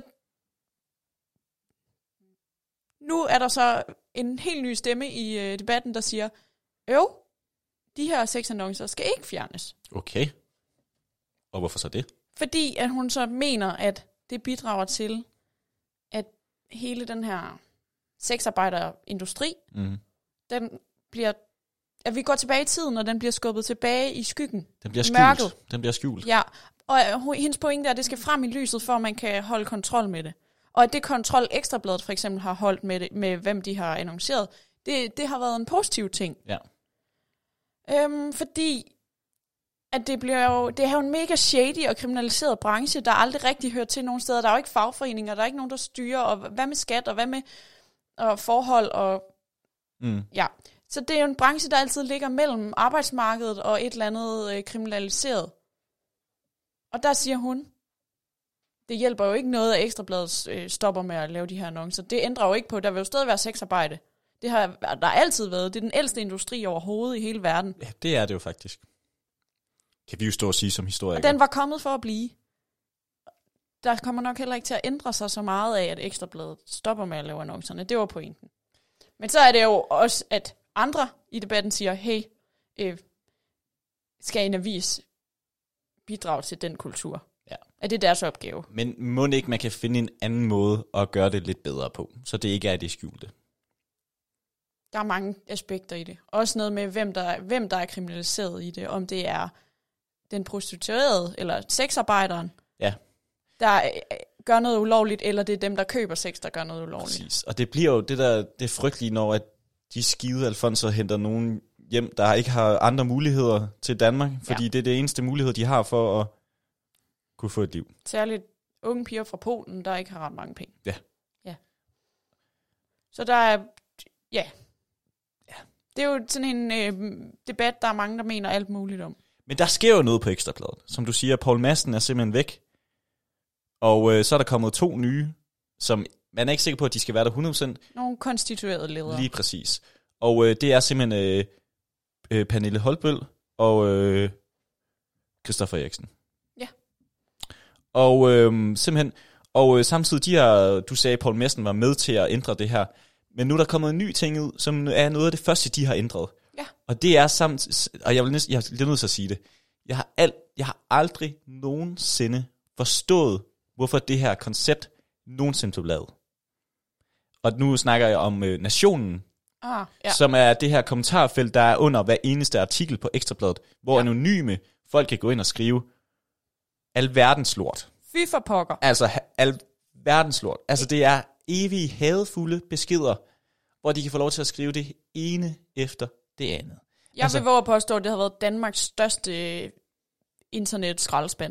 nu er der så en helt ny stemme i debatten, der siger, de her sexannoncer skal ikke fjernes. Okay. Og hvorfor så det? Fordi at hun så mener, at det bidrager til, at hele den her sexarbejderindustri, den bliver, at vi går tilbage i tiden, og den bliver skubbet tilbage i skyggen. Den bliver skjult. Mørket. Den bliver skjult. Ja, og hendes pointe er, at det skal frem i lyset, for at man kan holde kontrol med det. Og at det kontrol Ekstrabladet for eksempel har holdt med hvem de har annonceret, det har været en positiv ting. Ja. Fordi at det er jo en mega shady og kriminaliseret branche, der aldrig rigtig hører til nogen steder. Der er jo ikke fagforeninger, der er ikke nogen, der styrer, og hvad med skat, og hvad med forhold, og ja. Så det er jo en branche, der altid ligger mellem arbejdsmarkedet og et eller andet kriminaliseret. Og der siger hun, det hjælper jo ikke noget, at Ekstrabladet stopper med at lave de her annoncer. Det ændrer jo ikke på, der vil jo stadig være sexarbejde. Det har der altid været. Det er den ældste industri overhovedet i hele verden. Ja, det er det jo faktisk. Kan vi jo stå og sige som historikere. Og den var kommet for at blive. Der kommer nok heller ikke til at ændre sig så meget af, at Ekstrabladet stopper med at lave annoncerne. Det var pointen. Men så er det jo også, at andre i debatten siger, hey, skal en avis bidrage til den kultur? Ja. Er det deres opgave? Men må ikke man kan finde en anden måde at gøre det lidt bedre på, så det ikke er det skjulte? Der er mange aspekter i det. Også noget med, hvem der er kriminaliseret i det. Om det er den prostituerede, eller sexarbejderen, der gør noget ulovligt, eller det er dem, der køber sex, der gør noget ulovligt. Præcis. Og det bliver jo det frygtelige, når at de skide alfonser henter nogen hjem, der ikke har andre muligheder til Danmark, fordi det er det eneste mulighed, de har for at kunne få et liv. Særligt unge piger fra Polen, der ikke har ret mange penge. Ja. Så der er, det er jo sådan en debat, der er mange, der mener alt muligt om. Men der sker jo noget på Ekstrabladet. Som du siger, Poul Madsen er simpelthen væk. Og så er der kommet 2 nye, som man er ikke sikker på, at de skal være der 100%. Nogle konstituerede ledere. Lige præcis. Og det er simpelthen Pernille Holtbøl og Christoffer Eriksen. Ja. Og simpelthen, og samtidig du sagde, at Poul Madsen var med til at ændre det her. Men nu er der kommet en ny ting ud, som er noget af det første, de har ændret. Ja. Og det er og jeg bliver nødt til at sige det. Jeg har aldrig nogensinde forstået, hvorfor det her koncept nogensinde blev lavet. Og nu snakker jeg om Nationen, som er det her kommentarfelt, der er under hver eneste artikel på Ekstrabladet, hvor anonyme folk kan gå ind og skrive alverdens lort. Fy for pokker. Altså alverdens lort. Altså det er evige hadefulde beskeder, hvor de kan få lov til at skrive det ene efter det andet. Jeg vil våge at påstå, at det har været Danmarks største internet-skraldespand.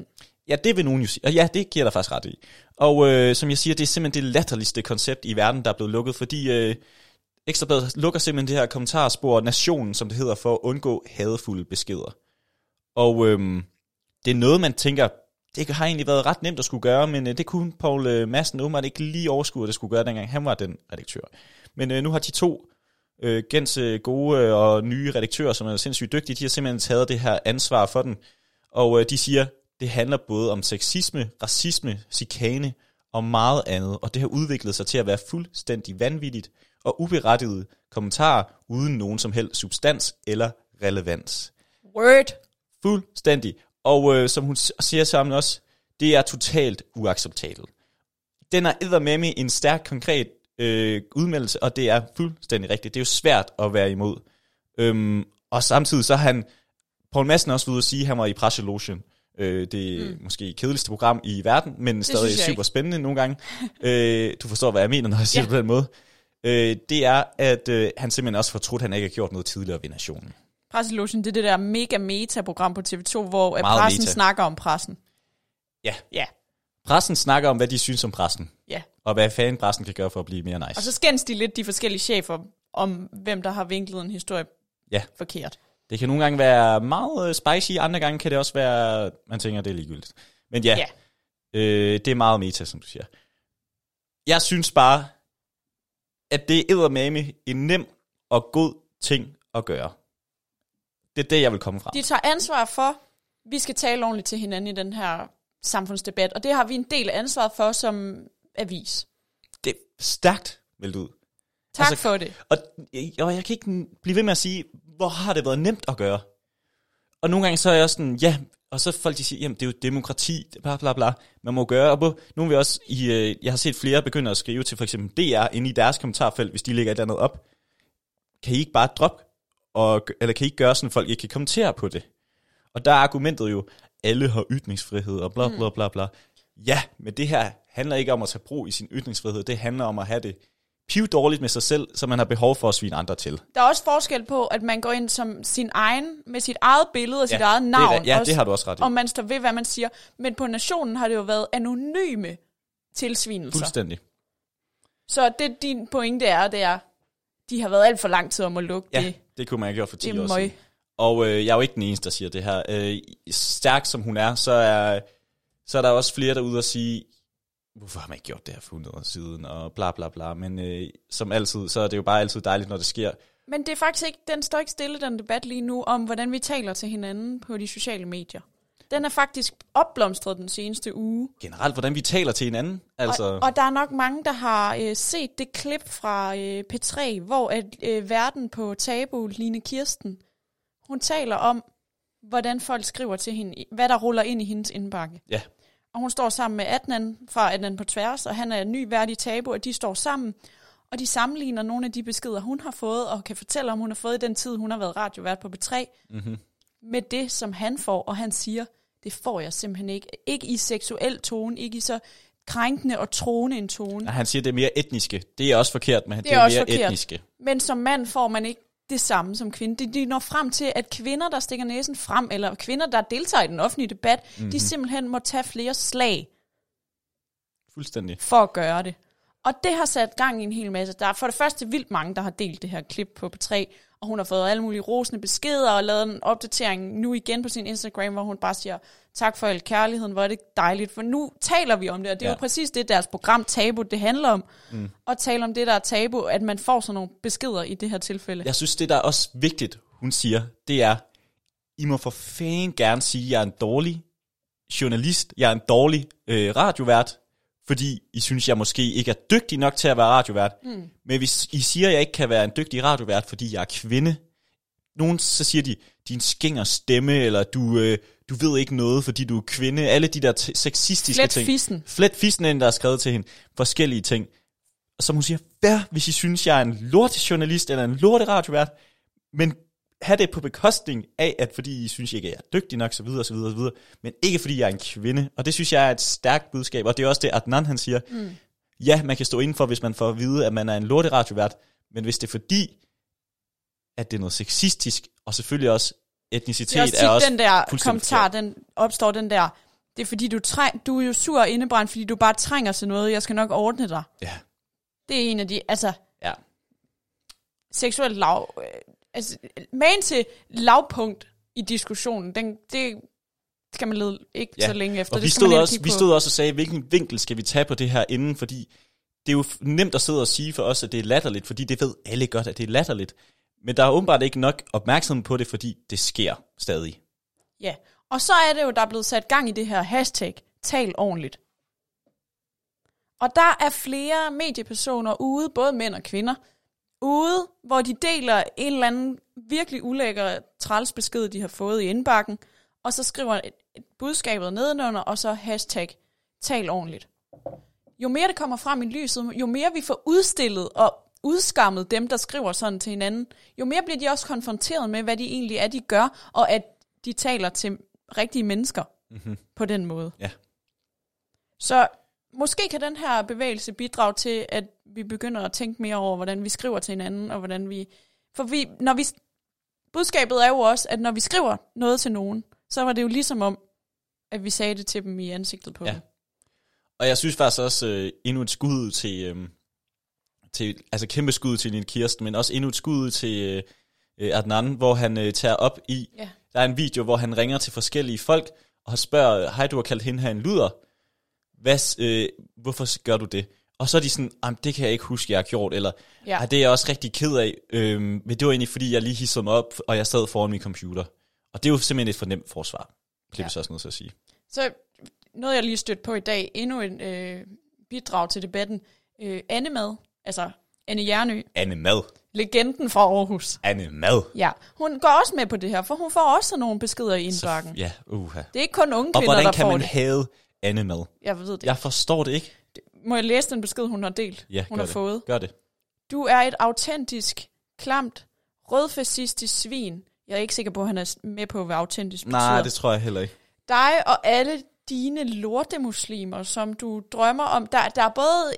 Ja, det vil nogen jo sige. Og ja, det giver der faktisk ret i. Og som jeg siger, det er simpelthen det latterligste koncept i verden, der er blevet lukket, fordi Ekstra Bladet lukker simpelthen det her kommentarspor Nationen, som det hedder, for at undgå hadefulde beskeder. Og det er noget, man tænker, det har egentlig været ret nemt at skulle gøre, men det kunne Poul Madsen åbenbart ikke lige overskue, at det skulle gøre, dengang han var den redaktør. Men nu har de to gænse gode og nye redaktører, som er sindssygt dygtige, de har simpelthen taget det her ansvar for den. Og de siger, det handler både om sexisme, racisme, chikane og meget andet, og det har udviklet sig til at være fuldstændig vanvittigt og uberettiget kommentarer uden nogen som helst substans eller relevans. Word. Fuldstændig. Og som hun siger sammen også, det er totalt uacceptabelt. Den er eddermame en stærk, konkret udmeldelse, og det er fuldstændig rigtigt. Det er jo svært at være imod. Og samtidig så har han, Poul Madsen også ude at sige, at han var i presselogen. Det er måske kedeligste program i verden, men det stadig super spændende nogle gange. Du forstår, hvad jeg mener, når jeg siger det på den måde. Det er, at han simpelthen også fortrudt, at han ikke har gjort noget tidligere ved Nationen. Presselogen, det er det der mega meta-program på TV2, hvor pressen snakker om pressen. Ja. Pressen snakker om, hvad de synes om pressen. Ja. Og hvad fanden pressen kan gøre for at blive mere nice. Og så skændes de lidt de forskellige chefer om, hvem der har vinklet en historie forkert. Det kan nogle gange være meget spicy, andre gange kan det også være, man tænker, det er ligegyldigt. Men det er meget meta, som du siger. Jeg synes bare, at det er eddermame en nem og god ting at gøre. Det er det, jeg vil komme fra. De tager ansvar for, vi skal tale ordentligt til hinanden i den her samfundsdebat, og det har vi en del af ansvaret for som avis. Det er stærkt meldt ud. Tak for det. Og jeg kan ikke blive ved med at sige, hvor har det været nemt at gøre? Og nogle gange så er jeg også sådan, og så folk de siger, jamen det er jo demokrati, bla bla bla, man må gøre. Og nu vil jeg også, jeg har set flere begynde at skrive til for eksempel DR inde i deres kommentarfelt, hvis de lægger et eller andet op. Kan I ikke bare droppe, eller kan I ikke gøre sådan, at folk ikke kan kommentere på det? Og der er argumentet jo, alle har ytringsfrihed og bla bla bla bla. Ja, men det her handler ikke om at tage brug i sin ytringsfrihed, det handler om at have det dårligt med sig selv, så man har behov for at svine andre til. Der er også forskel på, at man går ind som sin egen, med sit eget billede og sit eget navn. Det har du også ret i. Og man står ved, hvad man siger. Men på Nationen har det jo været anonyme tilsvinelser. Fuldstændig. Så det din pointe er, de har været alt for lang tid om at lukke det. Ja, det kunne man have gjort for 10 år siden. Og jeg er jo ikke den eneste, der siger det her. Stærk som hun er, så er der også flere derude at sige, hvorfor har man ikke gjort det her for 100 år siden, og bla bla bla, men som altid, så er det jo bare altid dejligt, når det sker. Men det er faktisk ikke, den står ikke stille, den debat lige nu, om hvordan vi taler til hinanden på de sociale medier. Den er faktisk opblomstret den seneste uge. Generelt, hvordan vi taler til hinanden. Altså. Og der er nok mange, der har set det klip fra P3, hvor verden på Tabu, Line Kirsten, hun taler om, hvordan folk skriver til hende, hvad der ruller ind i hendes indbakke. Ja. Og hun står sammen med Adnan fra Adnan på tværs, og han er en ny vært i Tabu, og de står sammen, og de sammenligner nogle af de beskeder, hun har fået, og kan fortælle, om hun har fået i den tid, hun har været radiovært på P3, med det, som han får, og han siger, det får jeg simpelthen ikke. Ikke i seksuel tone, ikke i så krænkende og troende en tone. Ja, han siger, det er mere etniske. Det er også forkert, men det er mere forkert. Etniske. Men som mand får man ikke det samme som kvinde. De når frem til, at kvinder, der stikker næsen frem, eller kvinder, der deltager i den offentlige debat, de simpelthen må tage flere slag. Fuldstændig. For at gøre det. Og det har sat gang i en hel masse. Der er for det første vildt mange, der har delt det her klip på P3, og hun har fået alle mulige rosende beskeder, og lavet en opdatering nu igen på sin Instagram, hvor hun bare siger, tak for al kærligheden, hvor er det dejligt, for nu taler vi om det, og det er jo præcis det, deres program Tabu, det handler om, at tale om det, der er tabu, at man får sådan nogle beskeder i det her tilfælde. Jeg synes, det der er også vigtigt, hun siger, det er, I må for fanden gerne sige, at jeg er en dårlig journalist, jeg er en dårlig radiovært, fordi I synes, jeg måske ikke er dygtig nok til at være radiovært. Men hvis I siger, at jeg ikke kan være en dygtig radiovært, fordi jeg er kvinde, nogen så siger de, din skinger stemme, eller du ved ikke noget, fordi du er kvinde. Alle de der sexistiske ting. Flet fissen, der er skrevet til hende. Forskellige ting. Og som hun siger, hvis I synes, jeg er en lortejournalist, eller en lorteradiovært, men have det på bekostning af, at fordi I synes ikke, jeg er dygtig nok, så videre, så videre, så videre, men ikke fordi jeg er en kvinde. Og det synes jeg er et stærkt budskab, og det er også det, Adnan han siger. Ja, man kan stå indenfor, hvis man får at vide, at man er en lorteradiovært, men hvis det er fordi, at det er noget sexistisk, og selvfølgelig også etnicitet er også den der kommentar, den opstår den der, Det er fordi, du er jo sur og indebrændt, fordi du bare trænger til noget. Jeg skal nok ordne dig. Ja. Det er en af de, altså... Ja. Seksuelt magen til lavpunkt i diskussionen, det skal man lede ikke så længe efter. Og det vi stod også og sagde, hvilken vinkel skal vi tage på det her inden, fordi det er jo nemt at sidde og sige for os, at det er latterligt, fordi det ved alle godt, at det er latterligt. Men der er åbenbart ikke nok opmærksomhed på det, fordi det sker stadig. Ja, og så er det jo, der er blevet sat gang i det her hashtag, tal ordentligt. Og der er flere mediepersoner ude, både mænd og kvinder, ude, hvor de deler en eller anden virkelig ulækker træls besked, de har fået i indbakken, og så skriver et budskabet nedenunder, og så hashtag, tal ordentligt. Jo mere det kommer frem i lyset, jo mere vi får udstillet og udskammet dem, der skriver sådan til hinanden, jo mere bliver de også konfronteret med, hvad de egentlig er, de gør, og at de taler til rigtige mennesker på den måde. Ja. Så måske kan den her bevægelse bidrage til, at vi begynder at tænke mere over, hvordan vi skriver til hinanden, og hvordan vi... Budskabet er jo også, at når vi skriver noget til nogen, så var det jo ligesom om, at vi sagde det til dem i ansigtet på dem. Og jeg synes faktisk også endnu et skud til altså kæmpe skud til Line Kirsten, men også endnu et skud til Adnan, hvor han tager op i... Ja. Der er en video, hvor han ringer til forskellige folk, og spørger, hej, du har kaldt hende her en luder. Hvorfor gør du det? Og så er de sådan, det kan jeg ikke huske, jeg har gjort, eller det er jeg også rigtig ked af, men det var egentlig, fordi jeg lige hissede mig op, og jeg sad foran min computer. Og det er jo simpelthen et fornemt forsvar. Det er vi så også nødt til at sige. Så noget, jeg lige stødt på i dag, endnu en bidrag til debatten. Anne Mad, altså Anne Hjernø. Anne Mad. Legenden fra Aarhus. Anne Mad. Ja, hun går også med på det her, for hun får også nogle beskeder i indbakken. Ja, Det er ikke kun unge kvinder, der får det. Og hvordan kan man have Anne Mad? Jeg ved det. Jeg forstår det ikke. Må jeg læse den besked, hun har delt? Ja, hun har fået. Gør det. Du er et autentisk, klamt, rødfascistisk svin. Jeg er ikke sikker på, at han er med på, hvad autentisk betyder. Nej, det tror jeg heller ikke. Dig og alle dine lortemuslimer, som du drømmer om. Der er både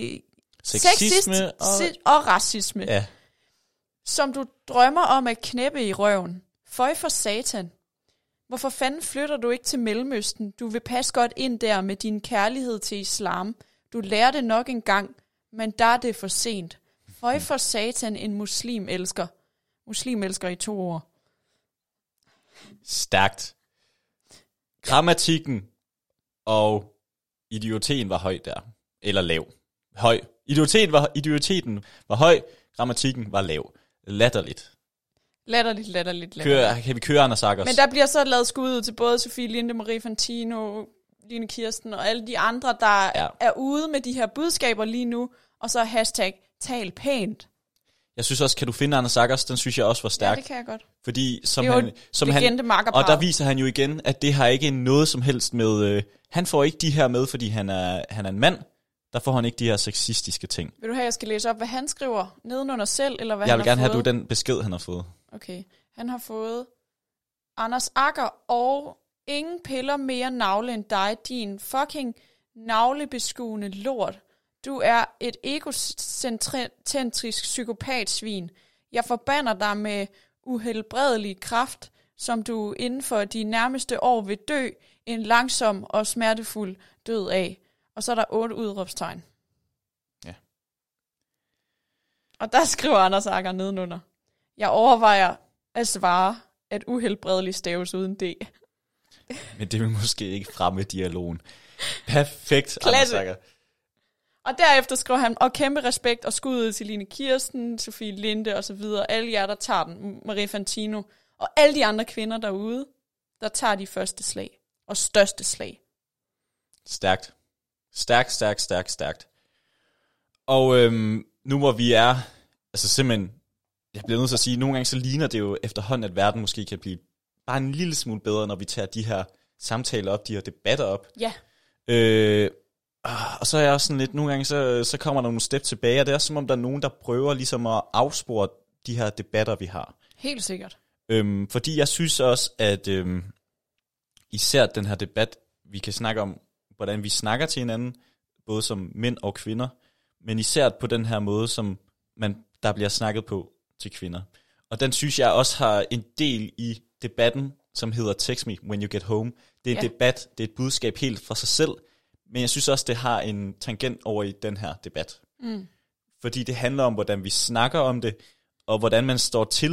sexisme og racisme. Ja. Som du drømmer om at knæppe i røven. Føj for satan. Hvorfor fanden flytter du ikke til Mellemøsten? Du vil passe godt ind der med din kærlighed til islam. Du lærer det nok engang, men der er det for sent. Føj for satan, en muslimelsker. Muslimelsker i 2 ord. Stærkt. Grammatikken og idioteten var høj der. Eller lav. Høj. Idioteten var høj, grammatikken var lav. Latterligt. Kan vi køre Anders Ackers? Men der bliver så lavet skud ud til både Sofie Linde, Marie Fantino, Line Kirsten og alle de andre, der er ude med de her budskaber lige nu, og så hashtag tal pænt. Jeg synes også, kan du finde Anders Ackers? Den synes jeg også var stærk. Ja, det kan jeg godt. Fordi og der viser han jo igen, at det har ikke noget som helst med... han får ikke de her med, fordi han er en mand. Der får han ikke de her sexistiske ting. Vil du have, jeg skal læse op, hvad han skriver nedenunder selv, eller hvad jeg han har fået? Jeg vil gerne have, du den besked, han har fået. Okay. Han har fået Anders Agger og ingen piller mere navle end dig, din fucking navlebeskuende lort. Du er et egocentrisk psykopatsvin. Jeg forbander dig med uhelbredelig kraft, som du inden for de nærmeste år vil dø en langsom og smertefuld død af. Og så er der 8 udråbstegn. Ja. Og der skriver Anders Agger nedenunder. Jeg overvejer at svare, at uhelbredelig staves uden D. Men det vil måske ikke fremme dialogen. Perfekt, Klasse. Anders Agger. Og derefter skriver han, og kæmpe respekt og skud til Line Kirsten, Sofie Linde og så videre. Alle jer, der tager den, Marie Fantino. Og alle de andre kvinder derude, der tager de første slag. Og største slag. Stærkt. Stærkt. Og nu hvor vi er, altså simpelthen, jeg bliver nødt til at sige, nogle gange så ligner det jo efterhånden, at verden måske kan blive bare en lille smule bedre, når vi tager de her samtaler op, de her debatter op. Ja. Og så er jeg også sådan lidt, nogle gange så kommer der nogle step tilbage, og det er som om der er nogen, der prøver ligesom at afspore de her debatter, vi har. Helt sikkert. Fordi jeg synes også, at især den her debat, vi kan snakke om, hvordan vi snakker til hinanden, både som mænd og kvinder, men især på den her måde, som der bliver snakket på til kvinder. Og den synes jeg også har en del i debatten, som hedder Text Me When You Get Home. Det er en debat, det er et budskab helt for sig selv, men jeg synes også, det har en tangent over i den her debat. Fordi det handler om, hvordan vi snakker om det, og hvordan man står til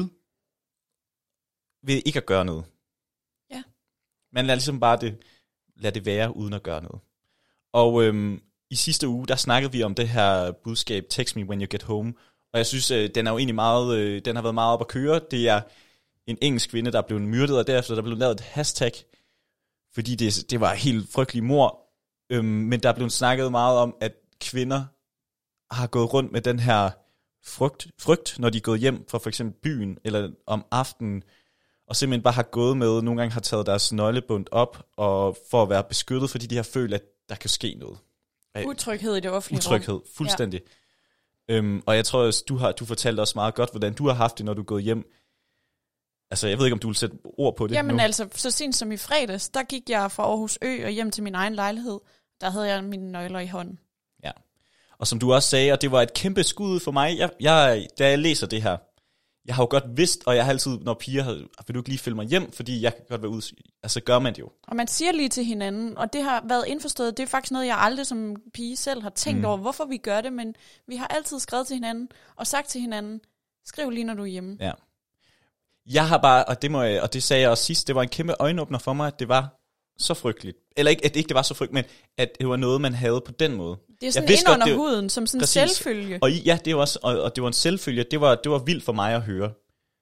ved ikke at gøre noget. Ja. Man lader ligesom bare lad det være, uden at gøre noget. Og i sidste uge, der snakkede vi om det her budskab, text me when you get home. Og jeg synes, den er jo egentlig meget, den har været meget op at køre. Det er en engelsk kvinde, der er blevet myrdet, og derefter der blev lavet et hashtag, fordi det var helt frygtelig mord. Men der er blevet snakket meget om, at kvinder har gået rundt med den her frygt, når de er gået hjem fra for eksempel byen, eller om aftenen, og simpelthen bare har gået med, nogle gange har taget deres nøglebund op, og for at være beskyttet, fordi de har følt, at der kan ske noget. Utryghed i det offentlige Utryghed, fuldstændig. Ja. Og jeg tror også, du fortalte også meget godt, hvordan du har haft det, når du er gået hjem. Altså, jeg ved ikke, om du vil sætte ord på det. Jamen nu. altså, så sent som i fredags, der gik jeg fra Aarhus Ø og hjem til min egen lejlighed. Der havde jeg mine nøgler i hånden. Ja. Og som du også sagde, og det var et kæmpe skud for mig, da jeg læser det her, jeg har jo godt vidst, og jeg har altid, når piger har, vil du ikke lige følge mig hjem, fordi jeg kan godt være ude, altså gør man det jo. Og man siger lige til hinanden, og det har været indforstået, det er faktisk noget, jeg aldrig som pige selv har tænkt over, hvorfor vi gør det, men vi har altid skrevet til hinanden, og sagt til hinanden, skriv lige, når du er hjemme. Ja. Jeg har bare, og det sagde jeg også sidst, det var en kæmpe øjenåbner for mig, at det var så frygteligt. Eller ikke, at det ikke var så frygteligt, men at det var noget, man havde på den måde. Det er sådan ind under huden, som sådan en selvfølge. Og ja, det var også, og det var en selvfølge. Det var vildt for mig at høre.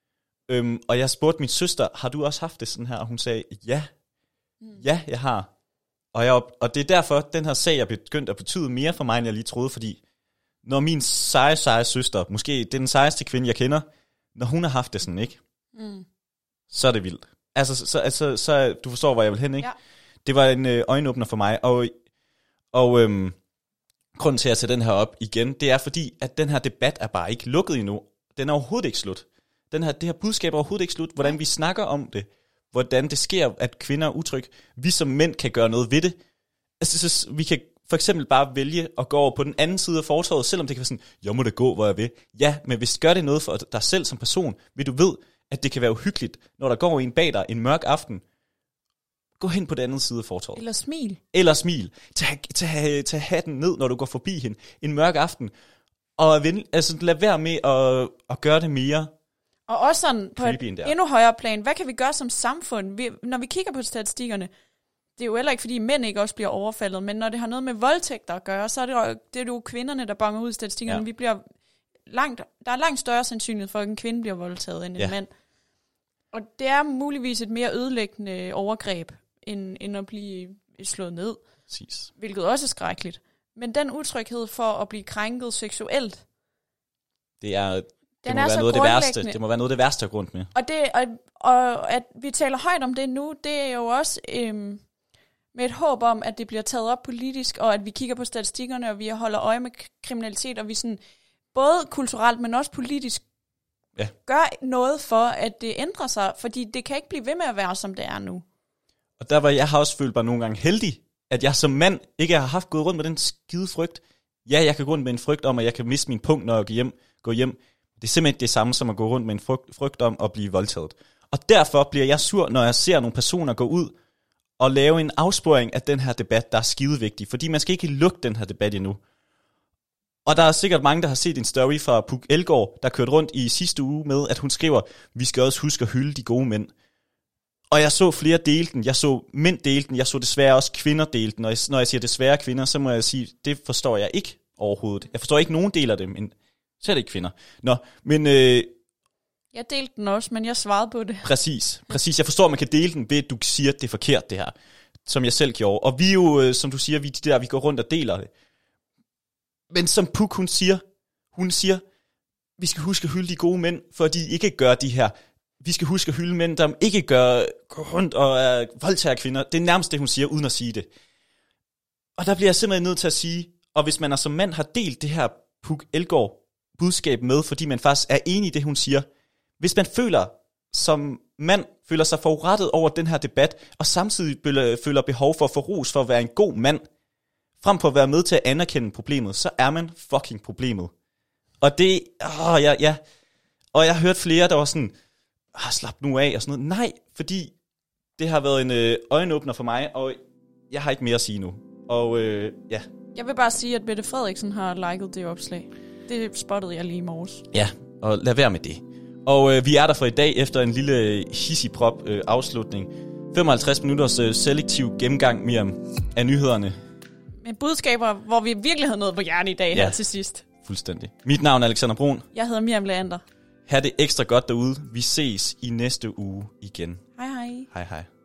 Og jeg spurgte min søster, har du også haft det sådan her? Og hun sagde, ja. Ja, jeg har. Og det er derfor, den her sag er begyndt at betyde mere for mig, end jeg lige troede, fordi når min seje søster, måske det er den sejeste kvinde, jeg kender, når hun har haft det sådan, ikke? Så er det vildt. Altså, så du forstår, hvor jeg vil hen, ikke? Ja. Det var en øjenåbner for mig, og grunden til at tage den her op igen, det er fordi, at den her debat er bare ikke lukket endnu. Den er overhovedet ikke slut. Det her budskab er overhovedet ikke slut. Hvordan vi snakker om det, hvordan det sker, at kvinder er utryg. Vi som mænd kan gøre noget ved det. Altså, vi kan for eksempel bare vælge at gå over på den anden side af fortovet, selvom det kan være sådan, jeg må da gå, hvor jeg vil. Ja, men hvis gør det noget for dig selv som person, vil du ved, at det kan være uhyggeligt, når der går en bag dig en mørk aften. Gå hen på den anden side af fortovet. Eller smil. Tag hatten ned, når du går forbi hende en mørk aften. Og lad være med at gøre det mere. Og også sådan på et endnu højere plan. Hvad kan vi gøre som samfund? Når vi kigger på statistikkerne, det er jo heller ikke, fordi mænd ikke også bliver overfaldet, men når det har noget med voldtægter at gøre, så er det jo kvinderne, der bonger ud i statistikkerne. Ja. Der er langt større sandsynlighed for, at en kvinde bliver voldtaget end en mand. Og det er muligvis et mere ødelæggende overgreb, end at blive slået ned. Præcis. Hvilket også er skrækkeligt. Men den utryghed for at blive krænket seksuelt, det må være noget af det værste. Det må være noget af det værste at grund med. Og at vi taler højt om det nu, det er jo også med et håb om, at det bliver taget op politisk, og at vi kigger på statistikkerne, og vi holder øje med kriminalitet, og vi sådan, både kulturelt, men også politisk, gør noget for, at det ændrer sig, fordi det kan ikke blive ved med at være, som det er nu. Og jeg har også følt mig nogle gange heldig, at jeg som mand ikke har gået rundt med den skide frygt. Ja, jeg kan gå rundt med en frygt om, at jeg kan miste min punkt, når jeg går hjem. Det er simpelthen det samme som at gå rundt med en frygt om at blive voldtaget. Og derfor bliver jeg sur, når jeg ser nogle personer gå ud og lave en afsporing af den her debat, der er skidevigtig. Fordi man skal ikke lukke den her debat endnu. Og der er sikkert mange, der har set en story fra Puk Elgård, der kørte rundt i sidste uge med, at hun skriver, vi skal også huske at hylde de gode mænd. Og jeg så flere dele den. Jeg så mænd dele den. Jeg så desværre også kvinder dele den. Og når jeg siger desværre kvinder, så må jeg sige, det forstår jeg ikke overhovedet. Jeg forstår ikke nogen del af det, men så er det ikke kvinder. Nå, men jeg delte den også, men jeg svarede på det. Præcis. Jeg forstår, at man kan dele den ved, at du siger, at det er forkert, det her. Som jeg selv gjorde. Og vi er jo, som du siger, vi går rundt og deler det. Men som Puk, hun siger, vi skal huske at hylde de gode mænd, for de ikke gør de her. Vi skal huske at hylde mænd, der ikke går rundt og voldtager kvinder. Det er nærmest det, hun siger, uden at sige det. Og der bliver jeg simpelthen nødt til at sige, og hvis man som mand har delt det her Puk Elgård budskab med, fordi man faktisk er enig i det, hun siger. Hvis man som mand føler sig forurettet over den her debat, og samtidig føler behov for at få ros for at være en god mand, frem for at være med til at anerkende problemet, så er man fucking problemet. Og det, og jeg har hørt flere, der var sådan, slap nu af, og sådan noget. Nej, fordi Det har været en øjenåbner for mig, og jeg har ikke mere at sige nu. Og ja. Jeg vil bare sige, at Mette Frederiksen har liket det opslag. Det spottede jeg lige i morges. Ja, og lad være med det. Og vi er der for i dag efter en lille hissigprop afslutning. 55 minutters selektiv gennemgang, Miriam, af nyhederne. Med budskaber, hvor vi virkelig havde noget på hjernen i dag her til sidst. Fuldstændig. Mit navn er Alexander Brun. Jeg hedder Miriam Leander. Ha' det ekstra godt derude. Vi ses i næste uge igen. Hej hej. Hej hej.